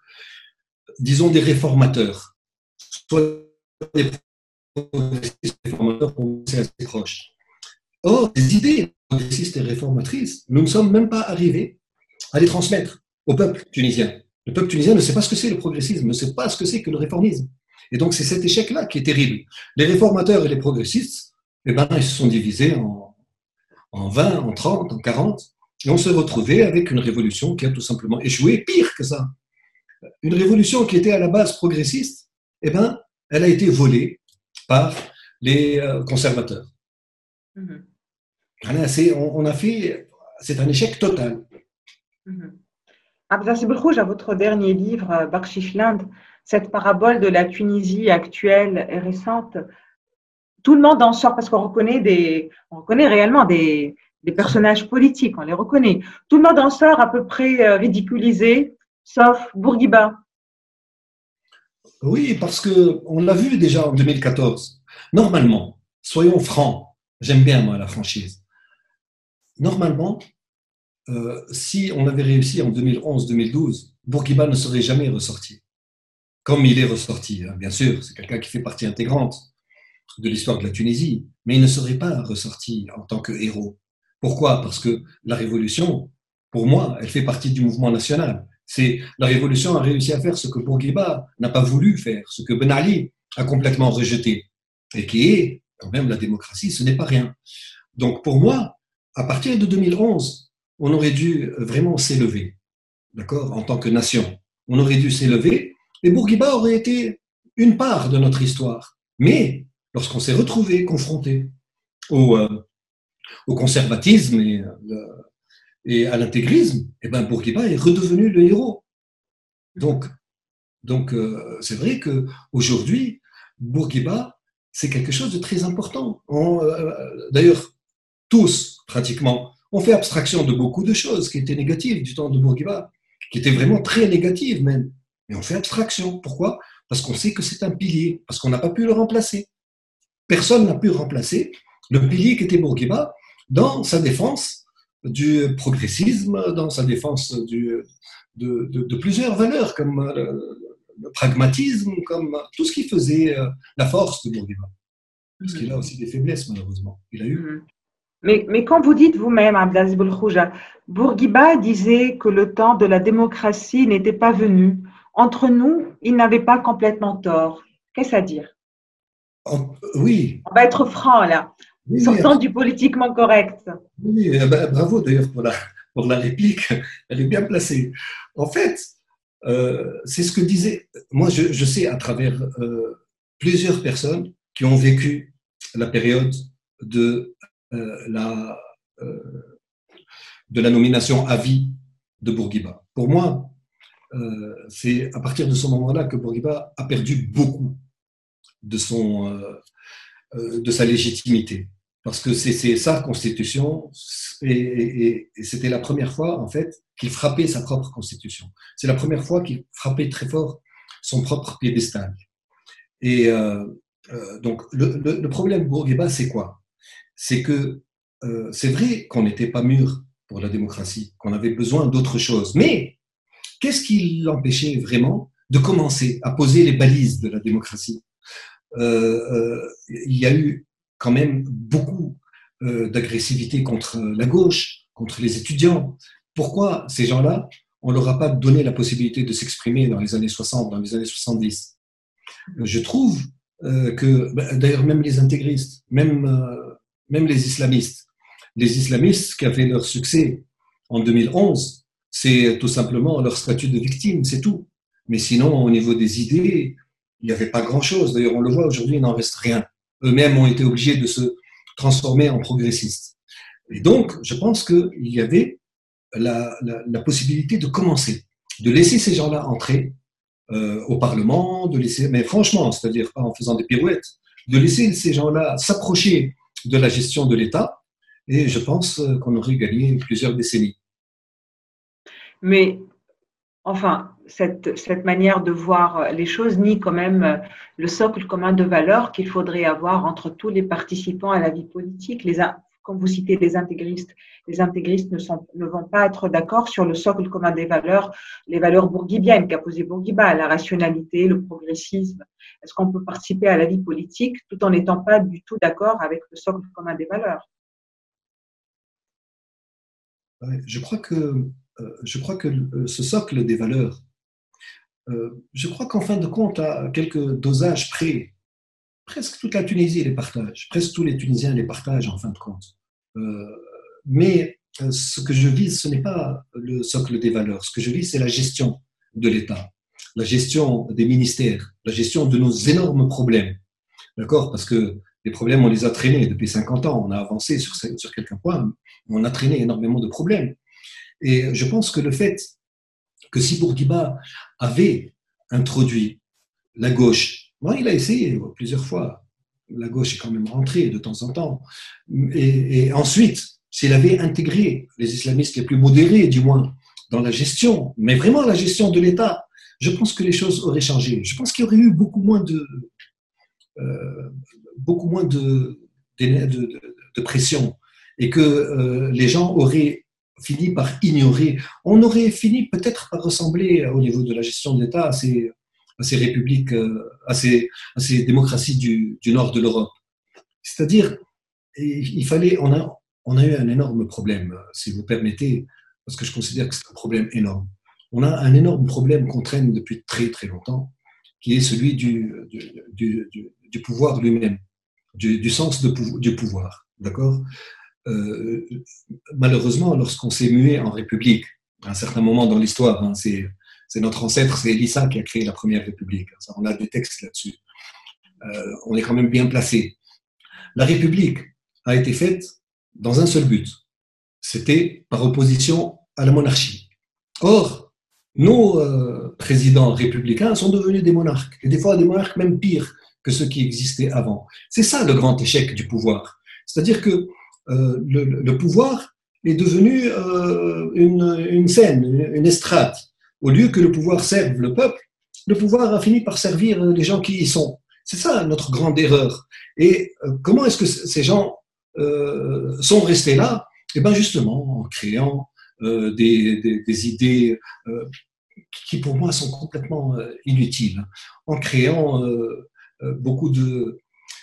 Disons des réformateurs. Soit des progressistes réformateurs qu'on sait assez proches. Or, des idées progressistes et réformatrices, nous ne sommes même pas arrivés à les transmettre au peuple tunisien. Le peuple tunisien ne sait pas ce que c'est le progressisme, ne sait pas ce que c'est que le réformisme. Et donc, c'est cet échec-là qui est terrible. Les réformateurs et les progressistes, eh ben, ils se sont divisés en, en vingt, en trente, en quarante, et on s'est retrouvé avec une révolution qui a tout simplement échoué. Pire que ça, une révolution qui était à la base progressiste, eh ben, elle a été volée par les conservateurs. Mmh. C'est, on, on a fait, c'est un échec total. Mmh. Abdas Belkhouj, à votre dernier livre, Bakhchichland, cette parabole de la Tunisie actuelle et récente, tout le monde en sort parce qu'on reconnaît, des, on reconnaît réellement des, des personnages politiques, on les reconnaît. Tout le monde en sort à peu près ridiculisé, sauf Bourguiba. Oui, parce qu'on l'a vu déjà en deux mille quatorze. Normalement, soyons francs, j'aime bien moi la franchise. Normalement, euh, si on avait réussi en deux mille onze deux mille douze, Bourguiba ne serait jamais ressorti. Comme il est ressorti, hein, bien sûr, c'est quelqu'un qui fait partie intégrante de l'histoire de la Tunisie, mais il ne serait pas ressorti en tant que héros. Pourquoi? Parce que la révolution, pour moi, elle fait partie du mouvement national. C'est, la révolution a réussi à faire ce que Bourguiba n'a pas voulu faire, ce que Ben Ali a complètement rejeté, et qui est quand même la démocratie, ce n'est pas rien. Donc pour moi, à partir de deux mille onze, on aurait dû vraiment s'élever, d'accord, en tant que nation. On aurait dû s'élever, et Bourguiba aurait été une part de notre histoire. Mais lorsqu'on s'est retrouvé confronté au, euh, au conservatisme et, euh, et à l'intégrisme, eh ben Bourguiba est redevenu le héros. Donc, donc euh, c'est vrai qu'aujourd'hui, Bourguiba, c'est quelque chose de très important. On, euh, d'ailleurs, tous, pratiquement, ont fait abstraction de beaucoup de choses qui étaient négatives du temps de Bourguiba, qui étaient vraiment très négatives même. Mais on fait abstraction. Pourquoi? Parce qu'on sait que c'est un pilier, parce qu'on n'a pas pu le remplacer. Personne n'a pu remplacer le pilier qui était Bourguiba dans sa défense du progressisme, dans sa défense du, de, de, de plusieurs valeurs, comme le, le pragmatisme, comme tout ce qui faisait la force de Bourguiba. Parce qu'il a aussi des faiblesses, malheureusement. Il a eu. Mais, mais quand vous dites vous-même, Abdas Belkhouj, Bourguiba disait que le temps de la démocratie n'était pas venu. Entre nous, il n'avait pas complètement tort. Qu'est-ce à dire? Oh, oui. On va être franc là, oui, sortant oui, du politiquement correct. Oui, ben, bravo d'ailleurs pour la, pour la réplique, elle est bien placée. En fait, euh, c'est ce que disait, moi je, je sais à travers euh, plusieurs personnes qui ont vécu la période de, euh, la, euh, de la nomination à vie de Bourguiba. Pour moi, euh, c'est à partir de ce moment-là que Bourguiba a perdu beaucoup de, son, euh, de sa légitimité. parce que c'est sa constitution et, et, et c'était la première fois, en fait, qu'il frappait sa propre constitution. C'est la première fois qu'il frappait très fort son propre piédestal. Et euh, euh, donc, le, le, le problème Bourguiba, c'est quoi? C'est que euh, c'est vrai qu'on n'était pas mûr pour la démocratie, qu'on avait besoin d'autre chose. Mais qu'est-ce qui l'empêchait vraiment de commencer à poser les balises de la démocratie? euh, euh, Il y a eu quand même beaucoup euh, d'agressivité contre la gauche, contre les étudiants. Pourquoi ces gens-là, on ne leur a pas donné la possibilité de s'exprimer dans les années soixante, dans les années soixante-dix? Je trouve euh, que, d'ailleurs, même les intégristes, même, euh, même les islamistes, les islamistes qui avaient leur succès en deux mille onze, c'est tout simplement leur statut de victime, c'est tout. Mais sinon, au niveau des idées, il n'y avait pas grand-chose. D'ailleurs, on le voit aujourd'hui, il n'en reste rien. Eux-mêmes ont été obligés de se transformer en progressistes. Et donc, je pense qu'il y avait la, la, la possibilité de commencer, de laisser ces gens-là entrer euh, au Parlement, de laisser, mais franchement, c'est-à-dire pas en faisant des pirouettes, de laisser ces gens-là s'approcher de la gestion de l'État, et je pense qu'on aurait gagné plusieurs décennies. Mais enfin, cette, cette manière de voir les choses nie quand même le socle commun de valeurs qu'il faudrait avoir entre tous les participants à la vie politique. Les, comme vous citez les intégristes, les intégristes ne, sont, ne vont pas être d'accord sur le socle commun des valeurs, les valeurs bourguibiennes qu'a posé Bourguiba, la rationalité, le progressisme. Est-ce qu'on peut participer à la vie politique tout en n'étant pas du tout d'accord avec le socle commun des valeurs? Je crois que, je crois que ce socle des valeurs, je crois qu'en fin de compte, à quelques dosages près, presque toute la Tunisie les partage, presque tous les Tunisiens les partagent en fin de compte. Mais ce que je vise, ce n'est pas le socle des valeurs. Ce que je vise, c'est la gestion de l'État, la gestion des ministères, la gestion de nos énormes problèmes. D'accord? Parce que les problèmes, on les a traînés depuis cinquante ans. On a avancé sur, sur quelques points, mais on a traîné énormément de problèmes. Et je pense que le fait que si Bourguiba avait introduit la gauche, bon, il a essayé plusieurs fois, la gauche est quand même rentrée de temps en temps, et, et ensuite, s'il avait intégré les islamistes les plus modérés, du moins, dans la gestion, mais vraiment la gestion de l'État, je pense que les choses auraient changé. Je pense qu'il y aurait eu beaucoup moins de, euh, beaucoup moins de, de, de, de pression et que euh, les gens auraient fini par ignorer. On aurait fini peut-être par ressembler au niveau de la gestion de l'État à ces, à ces républiques, à ces, à ces démocraties du, du nord de l'Europe. C'est-à-dire, il fallait, on a, on a eu un énorme problème, si vous permettez, parce que je considère que c'est un problème énorme. On a un énorme problème qu'on traîne depuis très très longtemps, qui est celui du, du, du, du, du pouvoir lui-même, du, du sens de, du pouvoir, d'accord? Euh, malheureusement, lorsqu'on s'est mué en république, à un certain moment dans l'histoire, hein, c'est, c'est notre ancêtre, c'est Elissa qui a créé la première république. Ça, on a des textes là-dessus. Euh, on est quand même bien placé. La république a été faite dans un seul but. C'était par opposition à la monarchie. Or, nos euh, présidents républicains sont devenus des monarques, et des fois des monarques même pires que ceux qui existaient avant. C'est ça le grand échec du pouvoir. C'est-à-dire que euh, le, le pouvoir est devenu euh, une, une scène, une estrade. Au lieu que le pouvoir serve le peuple, le pouvoir a fini par servir les gens qui y sont. C'est ça notre grande erreur. Et euh, comment est-ce que ces gens euh, sont restés là? Eh bien justement en créant euh, des, des, des idées euh, qui pour moi sont complètement euh, inutiles, en créant euh, euh, beaucoup de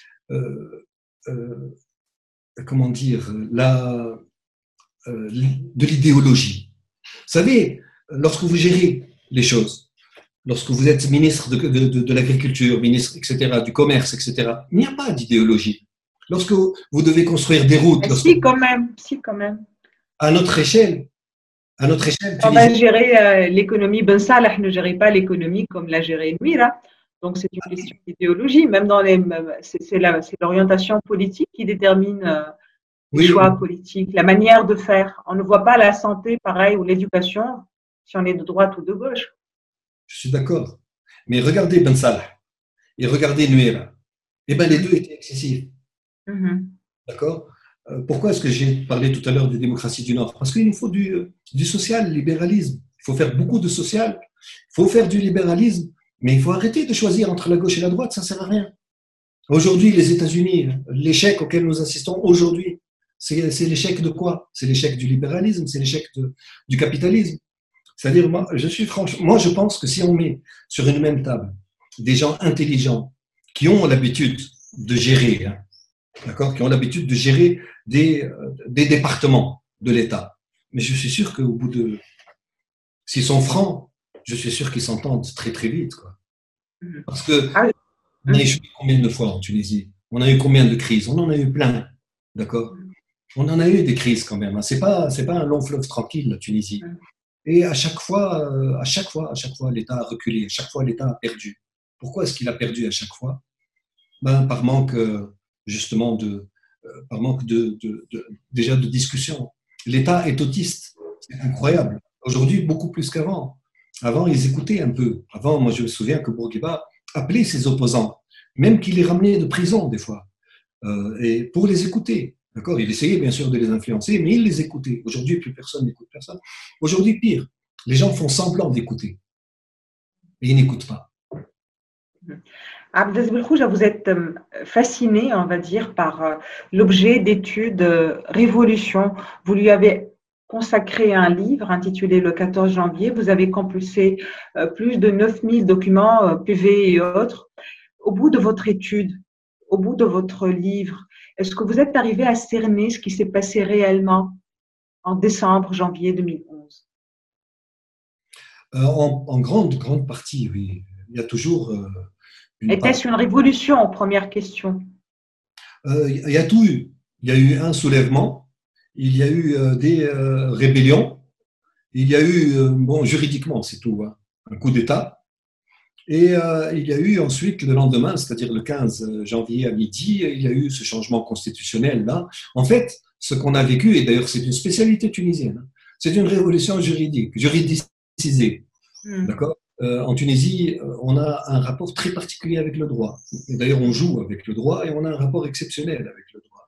euh, euh, comment dire la, euh, de l'idéologie. Vous savez, lorsque vous gérez les choses, lorsque vous êtes ministre de, de, de, de l'agriculture, ministre, et cetera, du commerce, et cetera, il n'y a pas d'idéologie. Lorsque vous devez construire des routes, lorsque, si quand même, si quand même. À notre échelle, à notre échelle. On va gérer euh, l'économie. Ben Salah ne gérait pas l'économie comme l'a géré Nouira. Donc c'est une question d'idéologie. Même dans les, c'est, c'est, la, c'est l'orientation politique qui détermine euh, les oui, choix oui. politiques, la manière de faire. On ne voit pas la santé, pareil, ou l'éducation, si on est de droite ou de gauche. Je suis d'accord. Mais regardez Ben Salah et regardez Nouira. Eh ben les deux étaient excessifs. Mm-hmm. D'accord. euh, pourquoi est-ce que j'ai parlé tout à l'heure de démocratie du Nord? Parce qu'il nous faut du, du social, libéralisme. Il faut faire beaucoup de social, il faut faire du libéralisme, mais il faut arrêter de choisir entre la gauche et la droite, ça ne sert à rien. Aujourd'hui, les États-Unis, l'échec auquel nous assistons aujourd'hui, c'est, c'est l'échec de quoi? C'est l'échec du libéralisme, c'est l'échec de, du capitalisme. C'est-à-dire, moi, je suis franchement, moi, je pense que si on met sur une même table des gens intelligents qui ont l'habitude de gérer, hein, d'accord, qui ont l'habitude de gérer des, euh, des départements de l'État, mais je suis sûr qu'au bout de, s'ils sont francs, je suis sûr qu'ils s'entendent très très vite, quoi. Parce que on a échoué combien de fois en Tunisie? On a eu combien de crises? On en a eu plein, d'accord? On en a eu des crises quand même. Hein. C'est pas, c'est pas un long fleuve tranquille, la Tunisie. Et à chaque fois, à chaque fois, à chaque fois, l'État a reculé. À chaque fois, l'État a perdu. Pourquoi est-ce qu'il a perdu à chaque fois? Ben, par manque, justement, de, par manque de, de, de, déjà de discussion. L'État est autiste. C'est incroyable. Aujourd'hui, beaucoup plus qu'avant. Avant, ils écoutaient un peu. Avant, moi, je me souviens que Bourguiba appelait ses opposants, même qu'il les ramenait de prison, des fois, euh, et pour les écouter. D'accord? Il essayait bien sûr de les influencer, mais il les écoutait. Aujourd'hui, plus personne n'écoute personne. Aujourd'hui, pire, les gens font semblant d'écouter et ils n'écoutent pas. Abdel Belkhouja, vous êtes fasciné, on va dire, par l'objet d'étude Révolution. Vous lui avez consacré un livre intitulé Le quatorze janvier. Vous avez compulsé plus de neuf mille documents P V et autres. Au bout de votre étude, au bout de votre livre, est-ce que vous êtes arrivé à cerner ce qui s'est passé réellement en décembre, janvier deux mille onze? euh, en, en grande, grande partie, oui. Il y a toujours euh, une Était-ce une révolution, première question? euh, Il y a tout eu. Il y a eu un soulèvement, il y a eu euh, des euh, rébellions, il y a eu, euh, bon, juridiquement, c'est tout, hein, un coup d'État. Et euh, il y a eu ensuite, le lendemain, c'est-à-dire le quinze janvier à midi, il y a eu ce changement constitutionnel-là. En fait, ce qu'on a vécu, et d'ailleurs c'est une spécialité tunisienne, c'est une révolution juridique, juridicisée. Mmh. D'accord euh, En Tunisie, on a un rapport très particulier avec le droit. Et d'ailleurs, on joue avec le droit et on a un rapport exceptionnel avec le droit.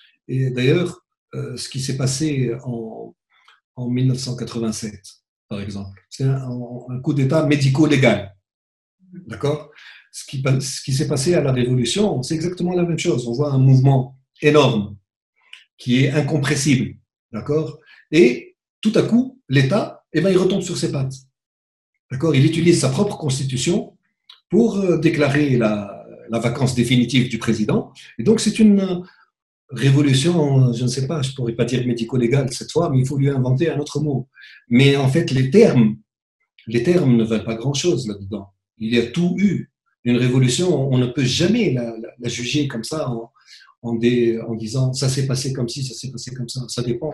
Et d'ailleurs, euh, ce qui s'est passé en, en mille neuf cent quatre-vingt-sept, par exemple, c'est un, un coup d'État médico-légal. D'accord? Ce qui, ce qui s'est passé à la Révolution, c'est exactement la même chose. On voit un mouvement énorme qui est incompressible. D'accord? Et tout à coup, l'État, eh ben, il retombe sur ses pattes. D'accord? Il utilise sa propre constitution pour déclarer la, la vacance définitive du président. Et donc, c'est une révolution, je ne sais pas, je ne pourrais pas dire médico-légale cette fois, mais il faut lui inventer un autre mot. Mais en fait, les termes, les termes ne valent pas grand-chose là-dedans. Il y a tout eu. Une révolution, on ne peut jamais la, la, la juger comme ça en, en, des, en disant ça s'est passé comme ci, ça s'est passé comme ça. Ça dépend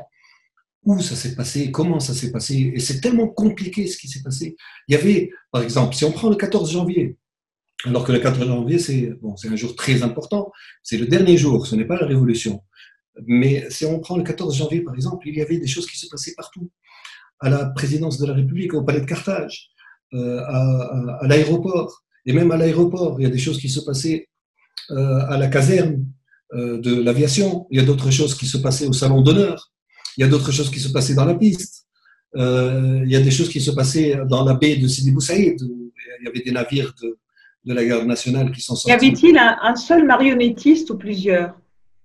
où ça s'est passé, comment ça s'est passé. Et c'est tellement compliqué ce qui s'est passé. Il y avait, par exemple, si on prend le quatorze janvier, alors que le quatorze janvier, c'est bon, c'est un jour très important, c'est le dernier jour, ce n'est pas la révolution. Mais si on prend le quatorze janvier, par exemple, il y avait des choses qui se passaient partout. À la présidence de la République, au palais de Carthage, euh, à, à, à l'aéroport. Et même à l'aéroport, il y a des choses qui se passaient euh, à la caserne euh, de l'aviation. Il y a d'autres choses qui se passaient au salon d'honneur. Il y a d'autres choses qui se passaient dans la piste. Euh, il y a des choses qui se passaient dans la baie de Sidi Bou Saïd, où il y avait des navires de, de la garde nationale qui sont sortis. Y avait-il un, un seul marionnettiste ou plusieurs?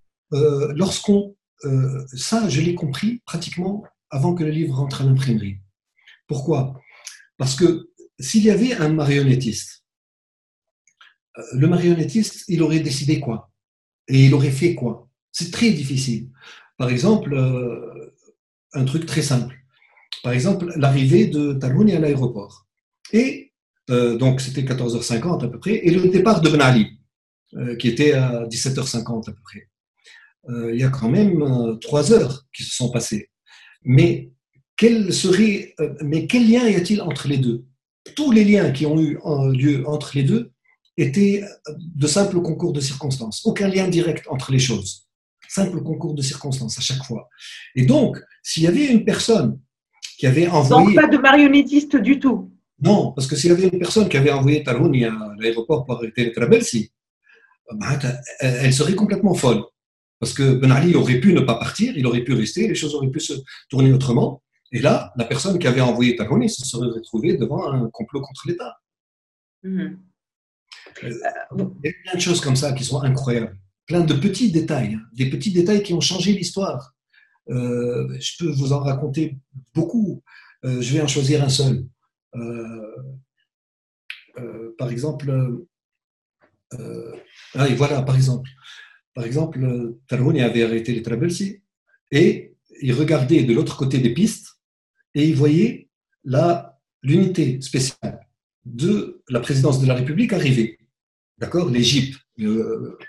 euh, Lorsqu'on... Euh, ça, je l'ai compris pratiquement avant que le livre rentre à l'imprimerie. Pourquoi? Parce que s'il y avait un marionnettiste, le marionnettiste, il aurait décidé quoi? Et il aurait fait quoi? C'est très difficile. Par exemple, euh, un truc très simple. Par exemple, l'arrivée de Talouni à l'aéroport. Et euh, donc, c'était quatorze heures cinquante à peu près, et le départ de Ben Ali, euh, qui était à dix-sept heures cinquante à peu près. Euh, il y a quand même euh, trois heures qui se sont passées. Mais quel serait, euh, mais quel lien y a-t-il entre les deux? Tous les liens qui ont eu lieu entre les deux étaient de simples concours de circonstances. Aucun lien direct entre les choses. Simple concours de circonstances à chaque fois. Et donc, s'il y avait une personne qui avait envoyé... Donc, pas de marionnettiste du tout? Non, parce que s'il y avait une personne qui avait envoyé Talouni à l'aéroport pour arrêter les Trabelsi, elle serait complètement folle. Parce que Ben Ali aurait pu ne pas partir, il aurait pu rester, les choses auraient pu se tourner autrement. Et là, la personne qui avait envoyé Tarhouni se serait retrouvée devant un complot contre l'État. Mhm. Euh, Il y a plein de choses comme ça qui sont incroyables. Plein de petits détails, hein, des petits détails qui ont changé l'histoire. Euh, je peux vous en raconter beaucoup. Euh, je vais en choisir un seul. Euh, euh, par exemple, euh, ah, et voilà, par exemple, par exemple, Tarhouni avait arrêté les Trabelsi et il regardait de l'autre côté des pistes et il voyait la, l'unité spéciale de la présidence de la République arriver. D'accord? Les J I P, le,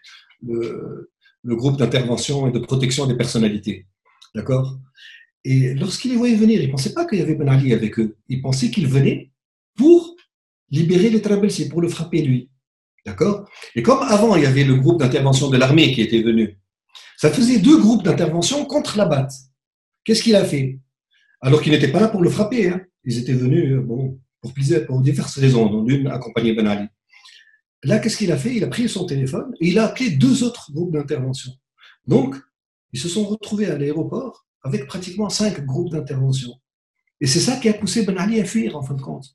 le, le groupe d'intervention et de protection des personnalités. D'accord? Et lorsqu'il les voyait venir, il ne pensait pas qu'il y avait Ben Ali avec eux. Il pensait qu'ils venaient pour libérer les Trabelsi, pour le frapper lui. D'accord? Et comme avant, il y avait le groupe d'intervention de l'armée qui était venu, ça faisait deux groupes d'intervention contre la B A T. Qu'est-ce qu'il a fait? Alors qu'ils n'étaient pas là pour le frapper. Hein. Ils étaient venus bon, pour, plaisir, pour diverses raisons, dont l'une accompagner Ben Ali. Là, qu'est-ce qu'il a fait? Il a pris son téléphone et il a appelé deux autres groupes d'intervention. Donc, ils se sont retrouvés à l'aéroport avec pratiquement cinq groupes d'intervention. Et c'est ça qui a poussé Ben Ali à fuir, en fin de compte.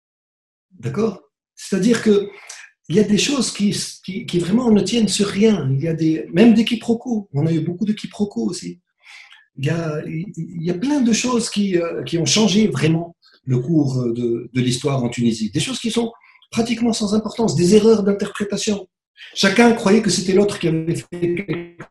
D'accord? C'est-à-dire que il y a des choses qui, qui, qui vraiment ne tiennent sur rien. Il y a des, même des quiproquos. On a eu beaucoup de quiproquos aussi. Il y a, il y a plein de choses qui, qui ont changé vraiment le cours de, de l'histoire en Tunisie. Des choses qui sont pratiquement sans importance, des erreurs d'interprétation. Chacun croyait que c'était l'autre qui avait fait quelque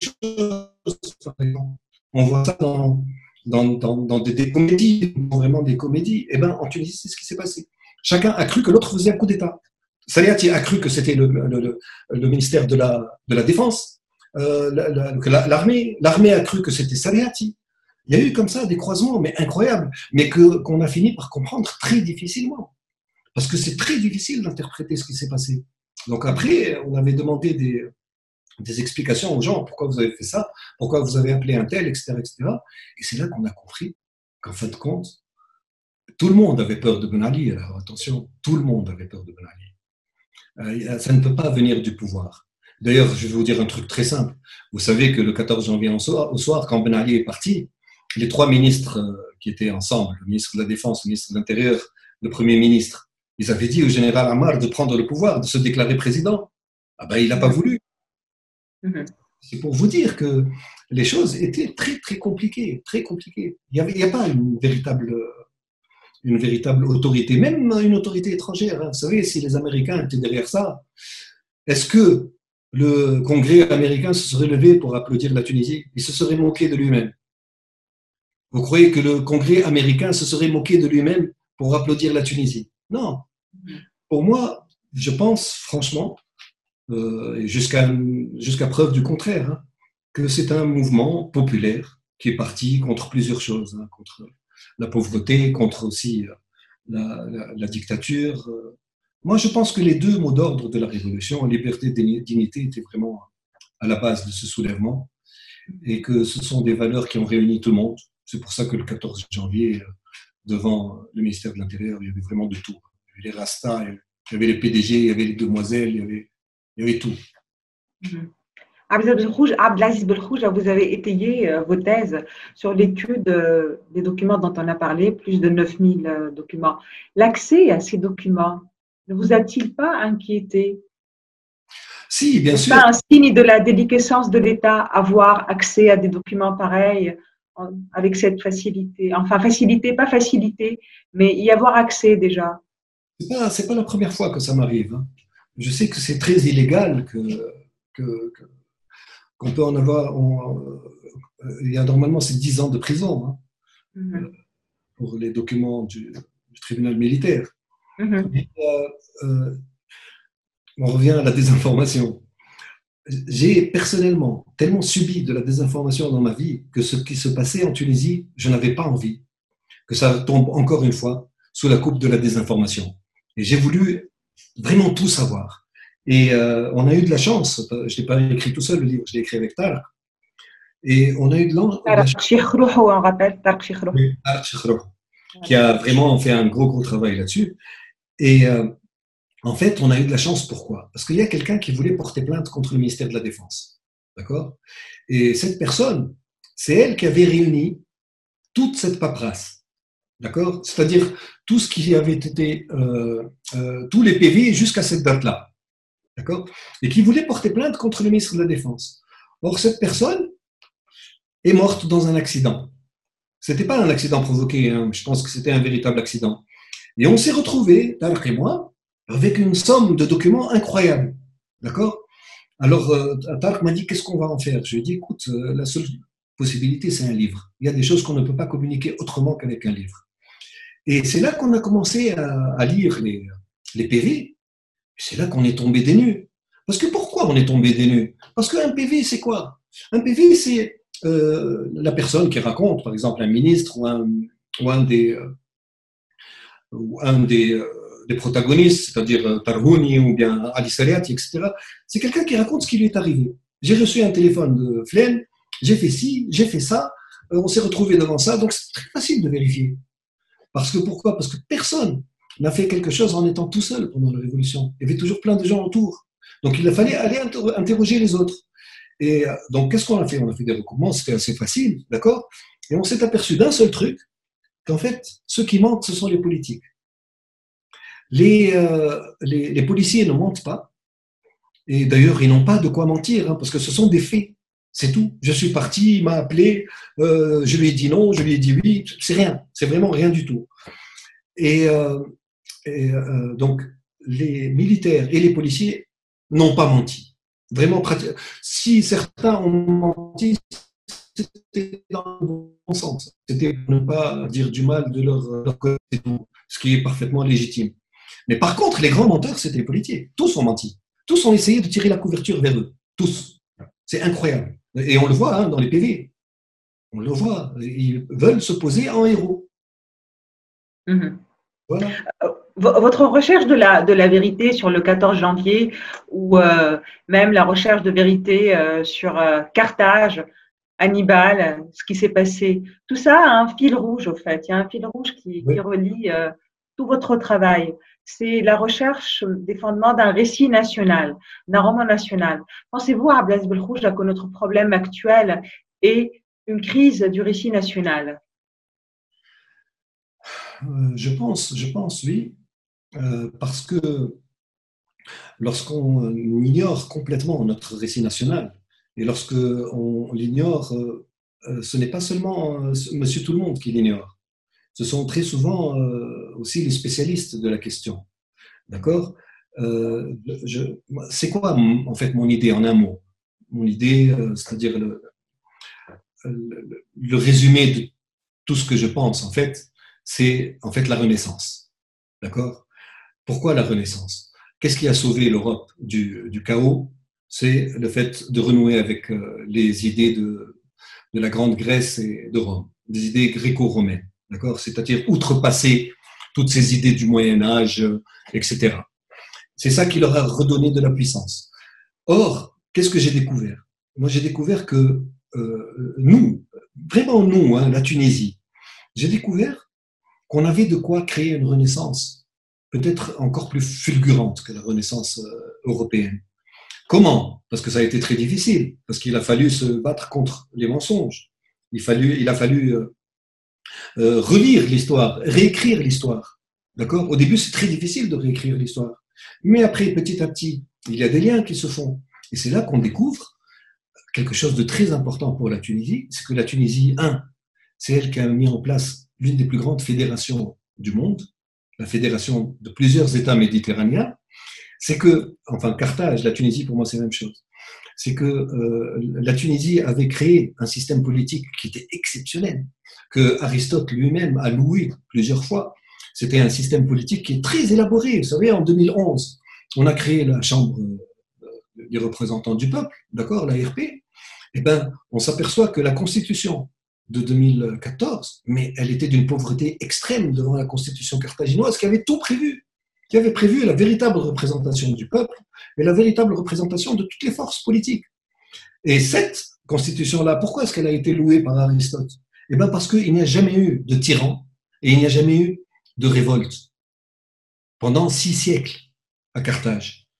chose, par exemple. On voit ça dans, dans, dans, dans des, des comédies, vraiment des comédies. Eh bien, en Tunisie, c'est ce qui s'est passé. Chacun a cru que l'autre faisait un coup d'État. Saliati a cru que c'était le, le, le, le ministère de la, de la Défense, euh, la, la, l'armée. L'armée a cru que c'était Saliati. Il y a eu comme ça des croisements, mais incroyables, mais que, qu'on a fini par comprendre très difficilement. Parce que c'est très difficile d'interpréter ce qui s'est passé. Donc après, on avait demandé des, des explications aux gens. Pourquoi vous avez fait ça? Pourquoi vous avez appelé un tel, et cetera, et cetera. Et c'est là qu'on a compris qu'en fin de compte, tout le monde avait peur de Ben Ali. Alors attention, tout le monde avait peur de Ben Ali. Euh, ça ne peut pas venir du pouvoir. D'ailleurs, je vais vous dire un truc très simple. Vous savez que le quatorze janvier au soir, au soir quand Ben Ali est parti, les trois ministres qui étaient ensemble, le ministre de la Défense, le ministre de l'Intérieur, le Premier ministre, ils avaient dit au général Ammar de prendre le pouvoir, de se déclarer président. Ah ben, il n'a pas voulu. Mm-hmm. C'est pour vous dire que les choses étaient très, très compliquées, très compliquées. Il n'y a pas une véritable, une véritable autorité, même une autorité étrangère. Hein. Vous savez, si les Américains étaient derrière ça, est-ce que le Congrès américain se serait levé pour applaudir la Tunisie? Il se serait moqué de lui-même. Vous croyez que le Congrès américain se serait moqué de lui-même pour applaudir la Tunisie? Non. Pour moi, je pense franchement, euh, jusqu'à jusqu'à preuve du contraire, hein, que c'est un mouvement populaire qui est parti contre plusieurs choses, hein, contre la pauvreté, contre aussi la, la, la dictature. Moi, je pense que les deux mots d'ordre de la révolution, liberté et dignité, étaient vraiment à la base de ce soulèvement et que ce sont des valeurs qui ont réuni tout le monde. C'est pour ça que le quatorze janvier, devant le ministère de l'Intérieur, il y avait vraiment de tout. Il y avait les Rastas, il y avait les P D G, il y avait les demoiselles, il y avait, il y avait tout. Abdelaziz Belkhouja, vous avez étayé vos thèses sur l'étude des documents dont on a parlé, plus de neuf mille documents. L'accès à ces documents ne vous a-t-il pas inquiété? Si, bien sûr. C'est pas un signe de la déliquescence de l'État, avoir accès à des documents pareils avec cette facilité. Enfin, facilité, pas facilité, mais y avoir accès déjà. C'est pas, c'est pas la première fois que ça m'arrive. Hein. Je sais que c'est très illégal, que, que, que, qu'on peut en avoir. On, euh, il y a normalement c'est dix ans de prison hein, mm-hmm. pour les documents du, du tribunal militaire. Mm-hmm. Et, euh, euh, on revient à la désinformation. J'ai personnellement tellement subi de la désinformation dans ma vie que ce qui se passait en Tunisie, je n'avais pas envie que ça tombe encore une fois sous la coupe de la désinformation. Et j'ai voulu vraiment tout savoir. Et euh, on a eu de la chance, je n'ai pas écrit tout seul le livre, je l'ai écrit avec Tarq. Et on a eu de la chance. On rappelle Tarq Chikhrou. Oui, Tarq Chikhrou, qui a vraiment fait un gros, gros travail là-dessus. Et euh, en fait, on a eu de la chance, pourquoi? Parce qu'il y a quelqu'un qui voulait porter plainte contre le ministère de la Défense. d'accord? Et cette personne, c'est elle qui avait réuni toute cette paperasse, d'accord? C'est-à-dire tout ce qui avait été, euh, euh, tous les P V jusqu'à cette date-là, d'accord? Et qui voulait porter plainte contre le ministre de la Défense. Or, cette personne est morte dans un accident. C'était pas un accident provoqué, hein. Je pense que c'était un véritable accident. Et on s'est retrouvés, Tarek et moi, avec une somme de documents incroyable, d'accord? Alors, euh, Tarek m'a dit, qu'est-ce qu'on va en faire? Je lui ai dit, écoute, euh, la seule possibilité, c'est un livre. Il y a des choses qu'on ne peut pas communiquer autrement qu'avec un livre. Et c'est là qu'on a commencé à, à lire les, les P V. C'est là qu'on est tombé des nues. Parce que pourquoi on est tombé des nues? Parce qu'un P V, c'est quoi? Un P V, c'est euh, la personne qui raconte, par exemple, un ministre ou un, ou un des, euh, ou un des, euh, des protagonistes, c'est-à-dire euh, Tarhouni ou bien Ali Sariati, et cetera. C'est quelqu'un qui raconte ce qui lui est arrivé. J'ai reçu un téléphone de Flen, j'ai fait ci, j'ai fait ça, euh, on s'est retrouvé devant ça, donc c'est très facile de vérifier. Parce que pourquoi? Parce que personne n'a fait quelque chose en étant tout seul pendant la Révolution. Il y avait toujours plein de gens autour. Donc il a fallu aller interroger les autres. Et donc qu'est-ce qu'on a fait? On a fait des recoupements, c'était assez facile, d'accord? Et on s'est aperçu d'un seul truc, qu'en fait, ceux qui mentent, ce sont les politiques. Les, euh, les, les policiers ne mentent pas, et d'ailleurs, ils n'ont pas de quoi mentir, hein, parce que ce sont des faits. C'est tout. Je suis parti, il m'a appelé, euh, je lui ai dit non, je lui ai dit oui, c'est rien, c'est vraiment rien du tout. Et, euh, et euh, donc, les militaires et les policiers n'ont pas menti. Vraiment, si certains ont menti, c'était dans le bon sens. C'était pour ne pas dire du mal de leur, leur côté, ce qui est parfaitement légitime. Mais par contre, les grands menteurs, c'était les politiques. Tous ont menti. Tous ont essayé de tirer la couverture vers eux. Tous. C'est incroyable. Et on le voit hein, dans les P V. On le voit. Ils veulent se poser en héros. Mmh. Voilà. Votre recherche de la, de la vérité sur le quatorze janvier ou euh, même la recherche de vérité euh, sur euh, Carthage, Hannibal, ce qui s'est passé, tout ça a un fil rouge au fait. Il y a un fil rouge qui, Oui. qui relie euh, tout votre travail. C'est la recherche des fondements d'un récit national, d'un roman national. Pensez-vous, à Blaise Belkrouj, que notre problème actuel est une crise du récit national? Euh, je pense, je pense, oui, euh, parce que lorsqu'on ignore complètement notre récit national, et lorsqu'on l'ignore, euh, euh, ce n'est pas seulement euh, Monsieur Tout-le-Monde qui l'ignore, ce sont très souvent euh, aussi les spécialistes de la question. D'accord? euh, C'est quoi en fait mon idée en un mot? Mon idée, euh, c'est-à-dire le, le, le résumé de tout ce que je pense, en fait, c'est en fait la Renaissance. D'accord? Pourquoi la Renaissance? Qu'est-ce qui a sauvé l'Europe du, du chaos? C'est le fait de renouer avec euh, les idées de, de la Grande Grèce et de Rome, des idées gréco-romaines, d'accord? C'est-à-dire outrepasser toutes ces idées du Moyen-Âge, euh, et cetera. C'est ça qui leur a redonné de la puissance. Or, qu'est-ce que j'ai découvert? Moi, j'ai découvert que euh, nous, vraiment nous, hein, la Tunisie, j'ai découvert qu'on avait de quoi créer une renaissance, peut-être encore plus fulgurante que la renaissance euh, européenne. Comment? Parce que ça a été très difficile, parce qu'il a fallu se battre contre les mensonges. Il, fallu, il a fallu euh, euh, relire l'histoire, réécrire l'histoire. D'accord? Au début, c'est très difficile de réécrire l'histoire. Mais après, petit à petit, il y a des liens qui se font. Et c'est là qu'on découvre quelque chose de très important pour la Tunisie, c'est que la Tunisie, un, c'est elle qui a mis en place l'une des plus grandes fédérations du monde, la fédération de plusieurs États méditerranéens. C'est que, enfin, Carthage, la Tunisie, pour moi, c'est la même chose. C'est que euh, la Tunisie avait créé un système politique qui était exceptionnel, que Aristote lui-même a loué plusieurs fois. C'était un système politique qui est très élaboré. Vous savez, en deux mille onze, on a créé la Chambre des représentants du peuple, d'accord, la R P. Eh ben, on s'aperçoit que la Constitution de deux mille quatorze, mais elle était d'une pauvreté extrême devant la Constitution carthaginoise qui avait tout prévu, qui avait prévu la véritable représentation du peuple et la véritable représentation de toutes les forces politiques. Et cette Constitution-là, pourquoi est-ce qu'elle a été louée par Aristote? Eh bien parce qu'il n'y a jamais eu de tyran et il n'y a jamais eu de révolte pendant six siècles à Carthage.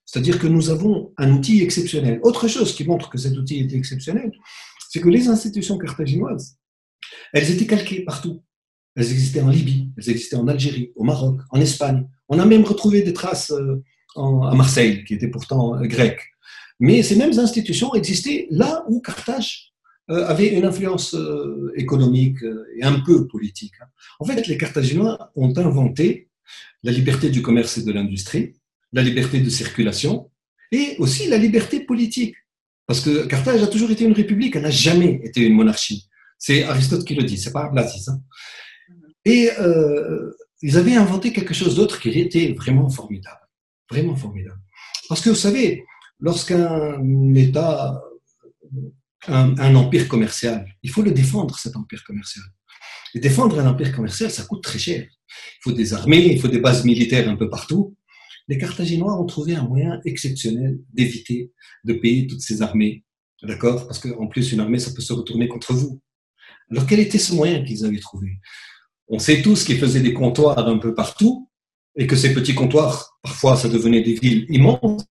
C'est-à-dire que nous avons un outil exceptionnel. Autre chose qui montre que cet outil était exceptionnel, c'est que les institutions carthaginoises, elles étaient calquées partout. Elles existaient en Libye, elles existaient en Algérie, au Maroc, en Espagne. On a même retrouvé des traces en, à Marseille, qui était pourtant grecque. Mais ces mêmes institutions existaient là où Carthage avait une influence économique et un peu politique. En fait, les Carthaginois ont inventé la liberté du commerce et de l'industrie, la liberté de circulation et aussi la liberté politique. Parce que Carthage a toujours été une république, elle n'a jamais été une monarchie. C'est Aristote qui le dit, c'est pas Blasis. Hein. Et euh, ils avaient inventé quelque chose d'autre qui était vraiment formidable. Vraiment formidable. Parce que vous savez, lorsqu'un État, un, un empire commercial, il faut le défendre, cet empire commercial. Et défendre un empire commercial, ça coûte très cher. Il faut des armées, il faut des bases militaires un peu partout. Les Carthaginois ont trouvé un moyen exceptionnel d'éviter de payer toutes ces armées. D'accord? Parce qu'en plus, une armée, ça peut se retourner contre vous. Alors, quel était ce moyen qu'ils avaient trouvé? On sait tous qu'ils faisaient des comptoirs un peu partout et que ces petits comptoirs, parfois, ça devenait des villes immenses.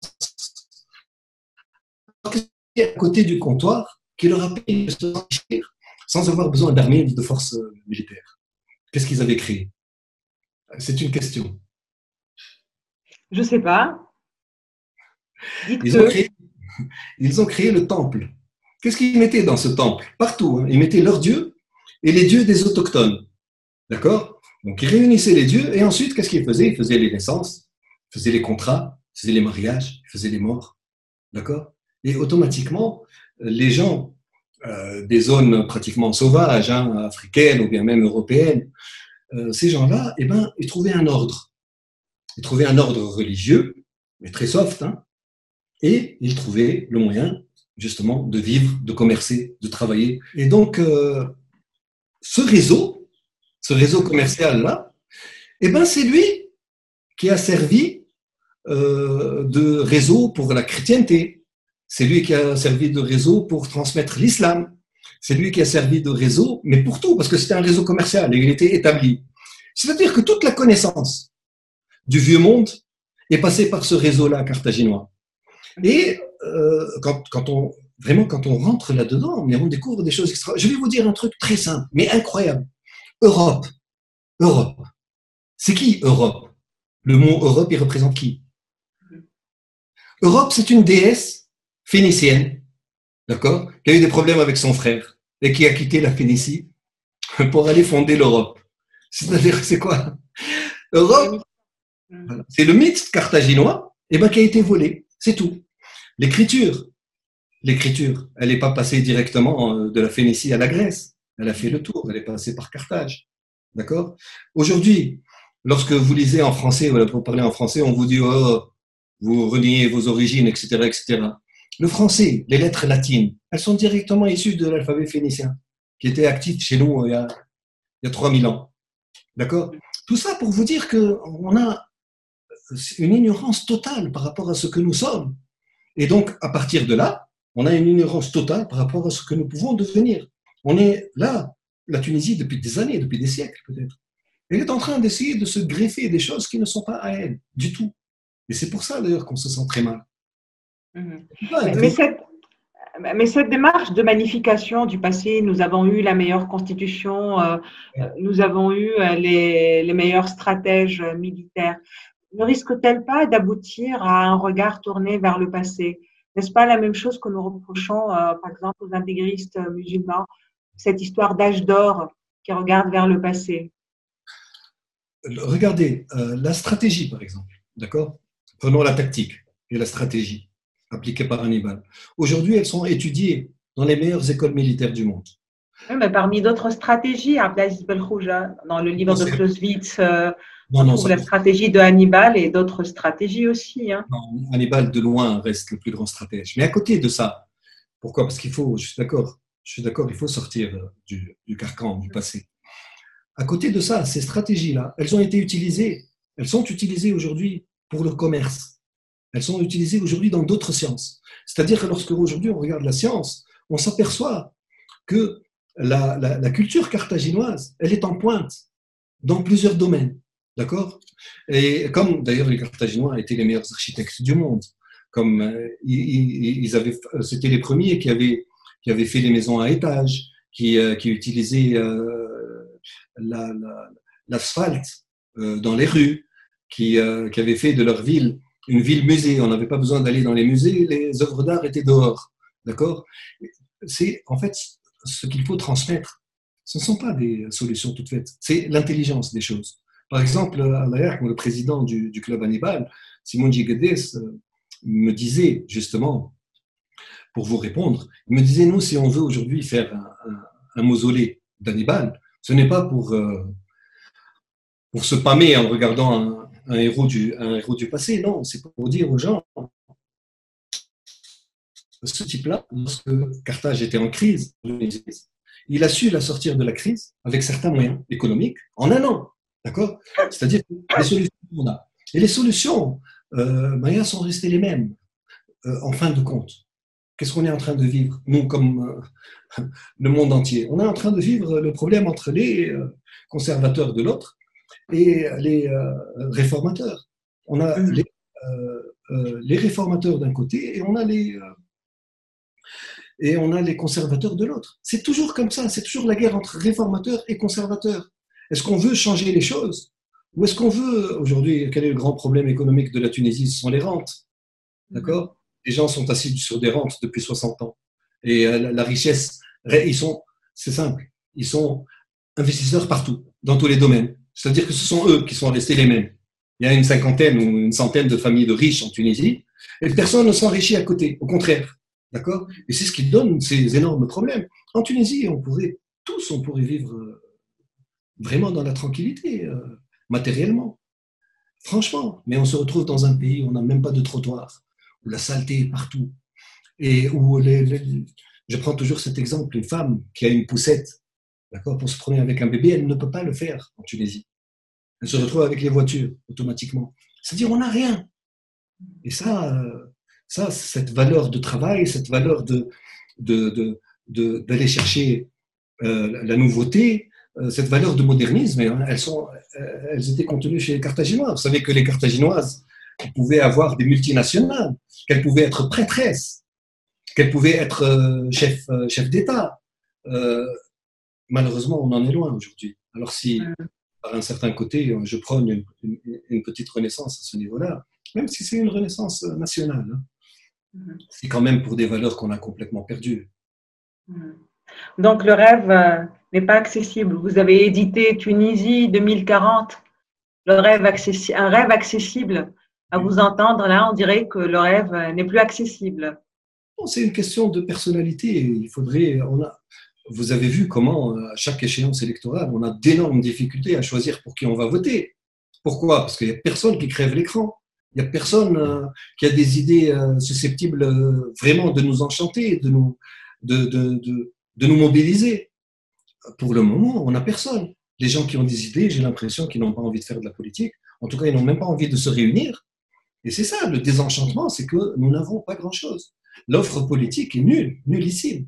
À côté du comptoir, qui leur a permis de s'enrichir sans avoir besoin d'armées ni de forces militaires. Qu'est-ce qu'ils avaient créé? C'est une question. Je ne sais pas. Dites ils, que... ont créé, ils ont créé le temple. Qu'est-ce qu'ils mettaient dans ce temple? Partout. Hein. Ils mettaient leurs dieux et les dieux des autochtones. D'accord? Donc, ils réunissaient les dieux et ensuite, qu'est-ce qu'ils faisaient? Ils faisaient les naissances, ils faisaient les contrats, ils faisaient les mariages, ils faisaient les morts. D'accord? Et automatiquement, les gens euh, des zones pratiquement sauvages, hein, africaines ou bien même européennes, euh, ces gens-là, eh ben, ils trouvaient un ordre. Ils trouvaient un ordre religieux, mais très soft, hein, et ils trouvaient le moyen, justement, de vivre, de commercer, de travailler. Et donc, euh, ce réseau, ce réseau commercial-là, eh ben, c'est lui qui a servi euh, de réseau pour la chrétienté. C'est lui qui a servi de réseau pour transmettre l'islam. C'est lui qui a servi de réseau, mais pour tout, parce que c'était un réseau commercial et il était établi. C'est-à-dire que toute la connaissance du vieux monde est passée par ce réseau-là carthaginois. Et euh, quand, quand on, vraiment, quand on rentre là-dedans, mais on découvre des choses extraordinaires. Je vais vous dire un truc très simple, mais incroyable. Europe. Europe. C'est qui Europe? Le mot Europe, il représente qui? Europe, c'est une déesse phénicienne, d'accord, qui a eu des problèmes avec son frère et qui a quitté la Phénicie pour aller fonder l'Europe. C'est-à-dire, c'est quoi? Europe, c'est le mythe carthaginois et ben, qui a été volé, c'est tout. L'écriture, l'écriture, elle n'est pas passée directement de la Phénicie à la Grèce, elle a fait le tour, elle est passée par Carthage, d'accord? Aujourd'hui, lorsque vous lisez en français, voilà, pour parler en français, on vous dit oh, vous reniez vos origines, et cetera, et cetera. Le français, les lettres latines, elles sont directement issues de l'alphabet phénicien, qui était actif chez nous il y a, il y a trois mille ans. D'accord? Tout ça pour vous dire qu'on a une ignorance totale par rapport à ce que nous sommes. Et donc, à partir de là, on a une ignorance totale par rapport à ce que nous pouvons devenir. On est là, la Tunisie, depuis des années, depuis des siècles peut-être. Elle est en train d'essayer de se greffer des choses qui ne sont pas à elle, du tout. Et c'est pour ça d'ailleurs qu'on se sent très mal. Mmh. Mais, mais, cette, mais cette démarche de magnification du passé, nous avons eu la meilleure constitution, euh, nous avons eu les, les meilleurs stratèges militaires. Ne risque-t-elle pas d'aboutir à un regard tourné vers le passé? N'est-ce pas la même chose que nous reprochons, euh, par exemple, aux intégristes musulmans, cette histoire d'âge d'or qui regarde vers le passé? Regardez, euh, la stratégie, par exemple, d'accord? Prenons la tactique et la stratégie appliquées par Hannibal. Aujourd'hui, elles sont étudiées dans les meilleures écoles militaires du monde. Oui, mais parmi d'autres stratégies, Abdelaziz Belkhouja, dans le livre de Clausewitz, euh, non, on non, trouve la stratégie de Hannibal et d'autres stratégies aussi. Hein. Non, Hannibal, de loin, reste le plus grand stratège. Mais à côté de ça, pourquoi? Parce qu'il faut, je suis d'accord, je suis d'accord, il faut sortir du, du carcan, du passé. À côté de ça, ces stratégies-là, elles ont été utilisées, elles sont utilisées aujourd'hui pour le commerce. Elles sont utilisées aujourd'hui dans d'autres sciences. C'est-à-dire que lorsque aujourd'hui on regarde la science, on s'aperçoit que la, la, la culture carthaginoise, elle est en pointe dans plusieurs domaines. D'accord? Et comme d'ailleurs les Carthaginois étaient les meilleurs architectes du monde, comme euh, ils, ils avaient, c'était les premiers qui avaient, qui avaient fait les maisons à étages, qui, euh, qui utilisaient euh, la, la, l'asphalte euh, dans les rues, qui, euh, qui avaient fait de leur ville une ville-musée. On n'avait pas besoin d'aller dans les musées, les œuvres d'art étaient dehors. D'accord? C'est en fait ce qu'il faut transmettre. Ce ne sont pas des solutions toutes faites, c'est l'intelligence des choses. Par exemple, le président du, du club Hannibal, Simon Guedes, me disait justement, pour vous répondre, il me disait, nous, si on veut aujourd'hui faire un, un, un mausolée d'Hannibal, ce n'est pas pour, euh, pour se pâmer en regardant un, un, héros du, un héros du passé, non, c'est pour dire aux gens, ce type-là, lorsque Carthage était en crise, il a su la sortir de la crise avec certains moyens économiques en un an. D'accord? C'est-à-dire les solutions qu'on a. Et les solutions, euh, Maya, sont restées les mêmes, euh, en fin de compte. Qu'est-ce qu'on est en train de vivre, nous, comme euh, le monde entier? On est en train de vivre le problème entre les euh, conservateurs de l'autre et les euh, réformateurs. On a les, euh, euh, les réformateurs d'un côté et on a les... Euh, et on a les conservateurs de l'autre. C'est toujours comme ça, c'est toujours la guerre entre réformateurs et conservateurs. Est-ce qu'on veut changer les choses? Ou est-ce qu'on veut, aujourd'hui, quel est le grand problème économique de la Tunisie? Ce sont les rentes. D'accord? Les gens sont assis sur des rentes depuis soixante ans. Et la, la richesse, ils sont, c'est simple, ils sont investisseurs partout, dans tous les domaines. C'est-à-dire que ce sont eux qui sont restés les mêmes. Il y a une cinquantaine ou une centaine de familles de riches en Tunisie, et personne ne s'enrichit à côté, au contraire. D'accord? Et c'est ce qui donne ces énormes problèmes. En Tunisie, on pourrait, tous, on pourrait vivre vraiment dans la tranquillité, euh, matériellement. Franchement. Mais on se retrouve dans un pays où on n'a même pas de trottoir, où la saleté est partout. Et où les, les, je prends toujours cet exemple, une femme qui a une poussette, d'accord, pour se promener avec un bébé, elle ne peut pas le faire en Tunisie. Elle se retrouve avec les voitures, automatiquement. C'est-à-dire, on n'a rien. Et ça, euh, ça, cette valeur de travail, cette valeur de, de, de, de, d'aller chercher euh, la nouveauté, euh, cette valeur de modernisme, elles, sont, elles étaient contenues chez les Carthaginois. Vous savez que les Carthaginoises pouvaient avoir des multinationales, qu'elles pouvaient être prêtresses, qu'elles pouvaient être euh, chef, euh, chef d'État. Euh, malheureusement, on en est loin aujourd'hui. Alors si, par un certain côté, je prône une, une, une petite renaissance à ce niveau-là, même si c'est une renaissance nationale, hein, c'est quand même pour des valeurs qu'on a complètement perdues. Donc, le rêve euh, n'est pas accessible. Vous avez édité Tunisie deux mille quarante, le rêve accessi- un rêve accessible. À vous entendre, là, on dirait que le rêve n'est plus accessible. Bon, c'est une question de personnalité. Il faudrait, on a, vous avez vu comment, à chaque échéance électorale, on a d'énormes difficultés à choisir pour qui on va voter. Pourquoi? Parce qu'il n'y a personne qui crève l'écran. Il n'y a personne euh, qui a des idées euh, susceptibles euh, vraiment de nous enchanter, de nous, de, de, de, de nous mobiliser. Pour le moment, on n'a personne. Les gens qui ont des idées, j'ai l'impression qu'ils n'ont pas envie de faire de la politique. En tout cas, ils n'ont même pas envie de se réunir. Et c'est ça, le désenchantement, c'est que nous n'avons pas grand-chose. L'offre politique est nulle, nullissime.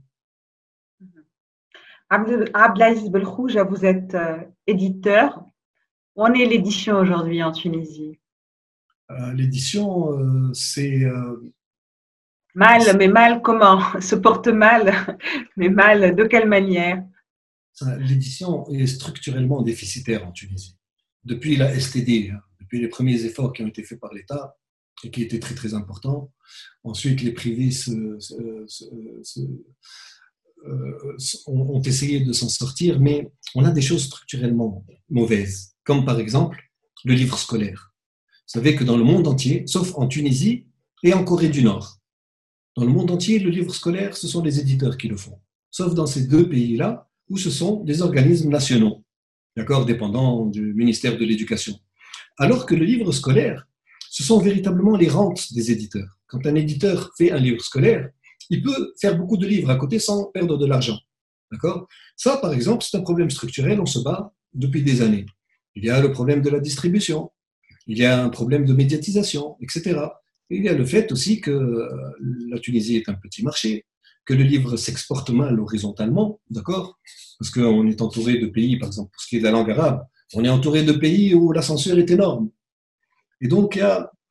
Abdelaziz Belkhouja, vous êtes euh, éditeur. Où en est l'édition aujourd'hui en Tunisie? Euh, l'édition, euh, c'est... Euh, mal, c'est... mais mal comment? Se porte mal, mais mal de quelle manière? L'édition est structurellement déficitaire en Tunisie. Depuis la S T D, hein, depuis les premiers efforts qui ont été faits par l'État, et qui étaient très très importants. Ensuite, les privés se, se, se, se, euh, ont, ont essayé de s'en sortir, mais on a des choses structurellement mauvaises, comme par exemple le livre scolaire. Vous savez que dans le monde entier, sauf en Tunisie et en Corée du Nord, dans le monde entier, le livre scolaire, ce sont les éditeurs qui le font, sauf dans ces deux pays-là, où ce sont des organismes nationaux, d'accord, dépendants du ministère de l'Éducation. Alors que le livre scolaire, ce sont véritablement les rentes des éditeurs. Quand un éditeur fait un livre scolaire, il peut faire beaucoup de livres à côté sans perdre de l'argent. D'accord ? Ça, par exemple, c'est un problème structurel, on se bat depuis des années. Il y a le problème de la distribution, il y a un problème de médiatisation, et cetera. Et il y a le fait aussi que la Tunisie est un petit marché, que le livre s'exporte mal horizontalement, d'accord ? Parce qu'on est entouré de pays, par exemple, pour ce qui est de la langue arabe, on est entouré de pays où la censure est énorme. Et donc, il y a,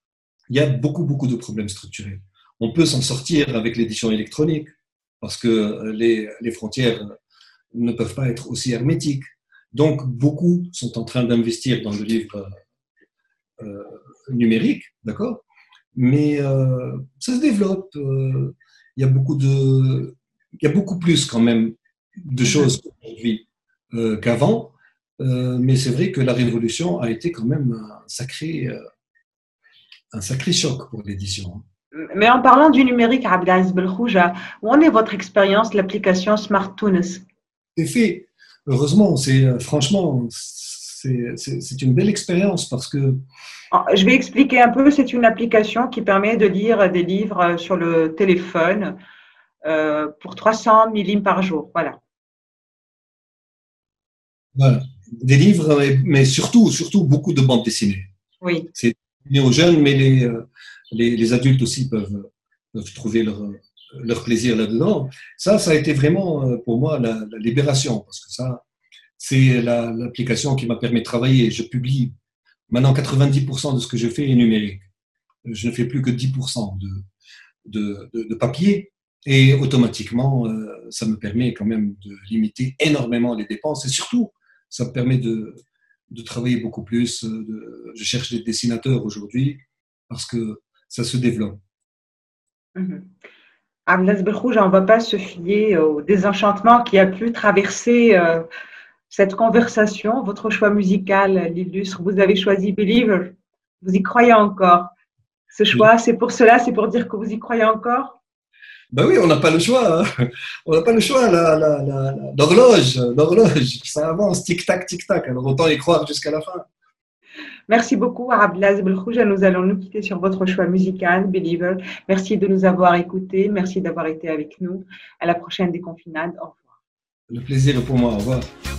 il y a beaucoup, beaucoup de problèmes structurels. On peut s'en sortir avec l'édition électronique parce que les, les frontières ne peuvent pas être aussi hermétiques. Donc, beaucoup sont en train d'investir dans le livre euh, numérique, d'accord? Mais euh, ça se développe. Euh, il y a beaucoup de, il y a beaucoup plus quand même de choses aujourd'hui euh, qu'avant. Euh, mais c'est vrai que la révolution a été quand même un sacré, euh, un sacré choc pour l'édition. Mais en parlant du numérique, Abdelaziz Belkhouja, où en est votre expérience de l'application Smart Tunis? C'est fait. Heureusement, c'est franchement, c'est, c'est, c'est une belle expérience parce que. Je vais expliquer un peu. C'est une application qui permet de lire des livres sur le téléphone euh, pour trois cents millim par jour. Voilà. Voilà. Des livres, mais surtout, surtout beaucoup de bandes dessinées. Oui. C'est destiné aux jeunes, mais les, les, les adultes aussi peuvent, peuvent trouver leur, leur plaisir là-dedans. Ça, ça a été vraiment pour moi la, la libération, parce que ça, c'est la, l'application qui m'a permis de travailler. Je publie maintenant quatre-vingt-dix pour cent de ce que je fais est numérique. Je ne fais plus que dix pour cent de, de, de, de papier. Et automatiquement, ça me permet quand même de limiter énormément les dépenses. Et surtout, ça me permet de, de travailler beaucoup plus. De, je cherche des dessinateurs aujourd'hui parce que ça se développe. Mm-hmm. Abdelaziz Belkhouja, on ne va pas se fier au désenchantement qui a pu traverser euh, cette conversation. Votre choix musical l'illustre. Vous avez choisi Believer. Vous y croyez encore. Ce choix, c'est pour cela, c'est pour dire que vous y croyez encore? Ben oui, on n'a pas le choix. Hein. On n'a pas le choix. La, la, la, l'horloge, l'horloge, ça avance, tic-tac, tic-tac. Alors autant y croire jusqu'à la fin. Merci beaucoup, Abdelaziz Belkhouja. Nous allons nous quitter sur votre choix musical, Believer. Merci de nous avoir écoutés. Merci d'avoir été avec nous. À la prochaine déconfinade. Au revoir. Le plaisir est pour moi. Au revoir.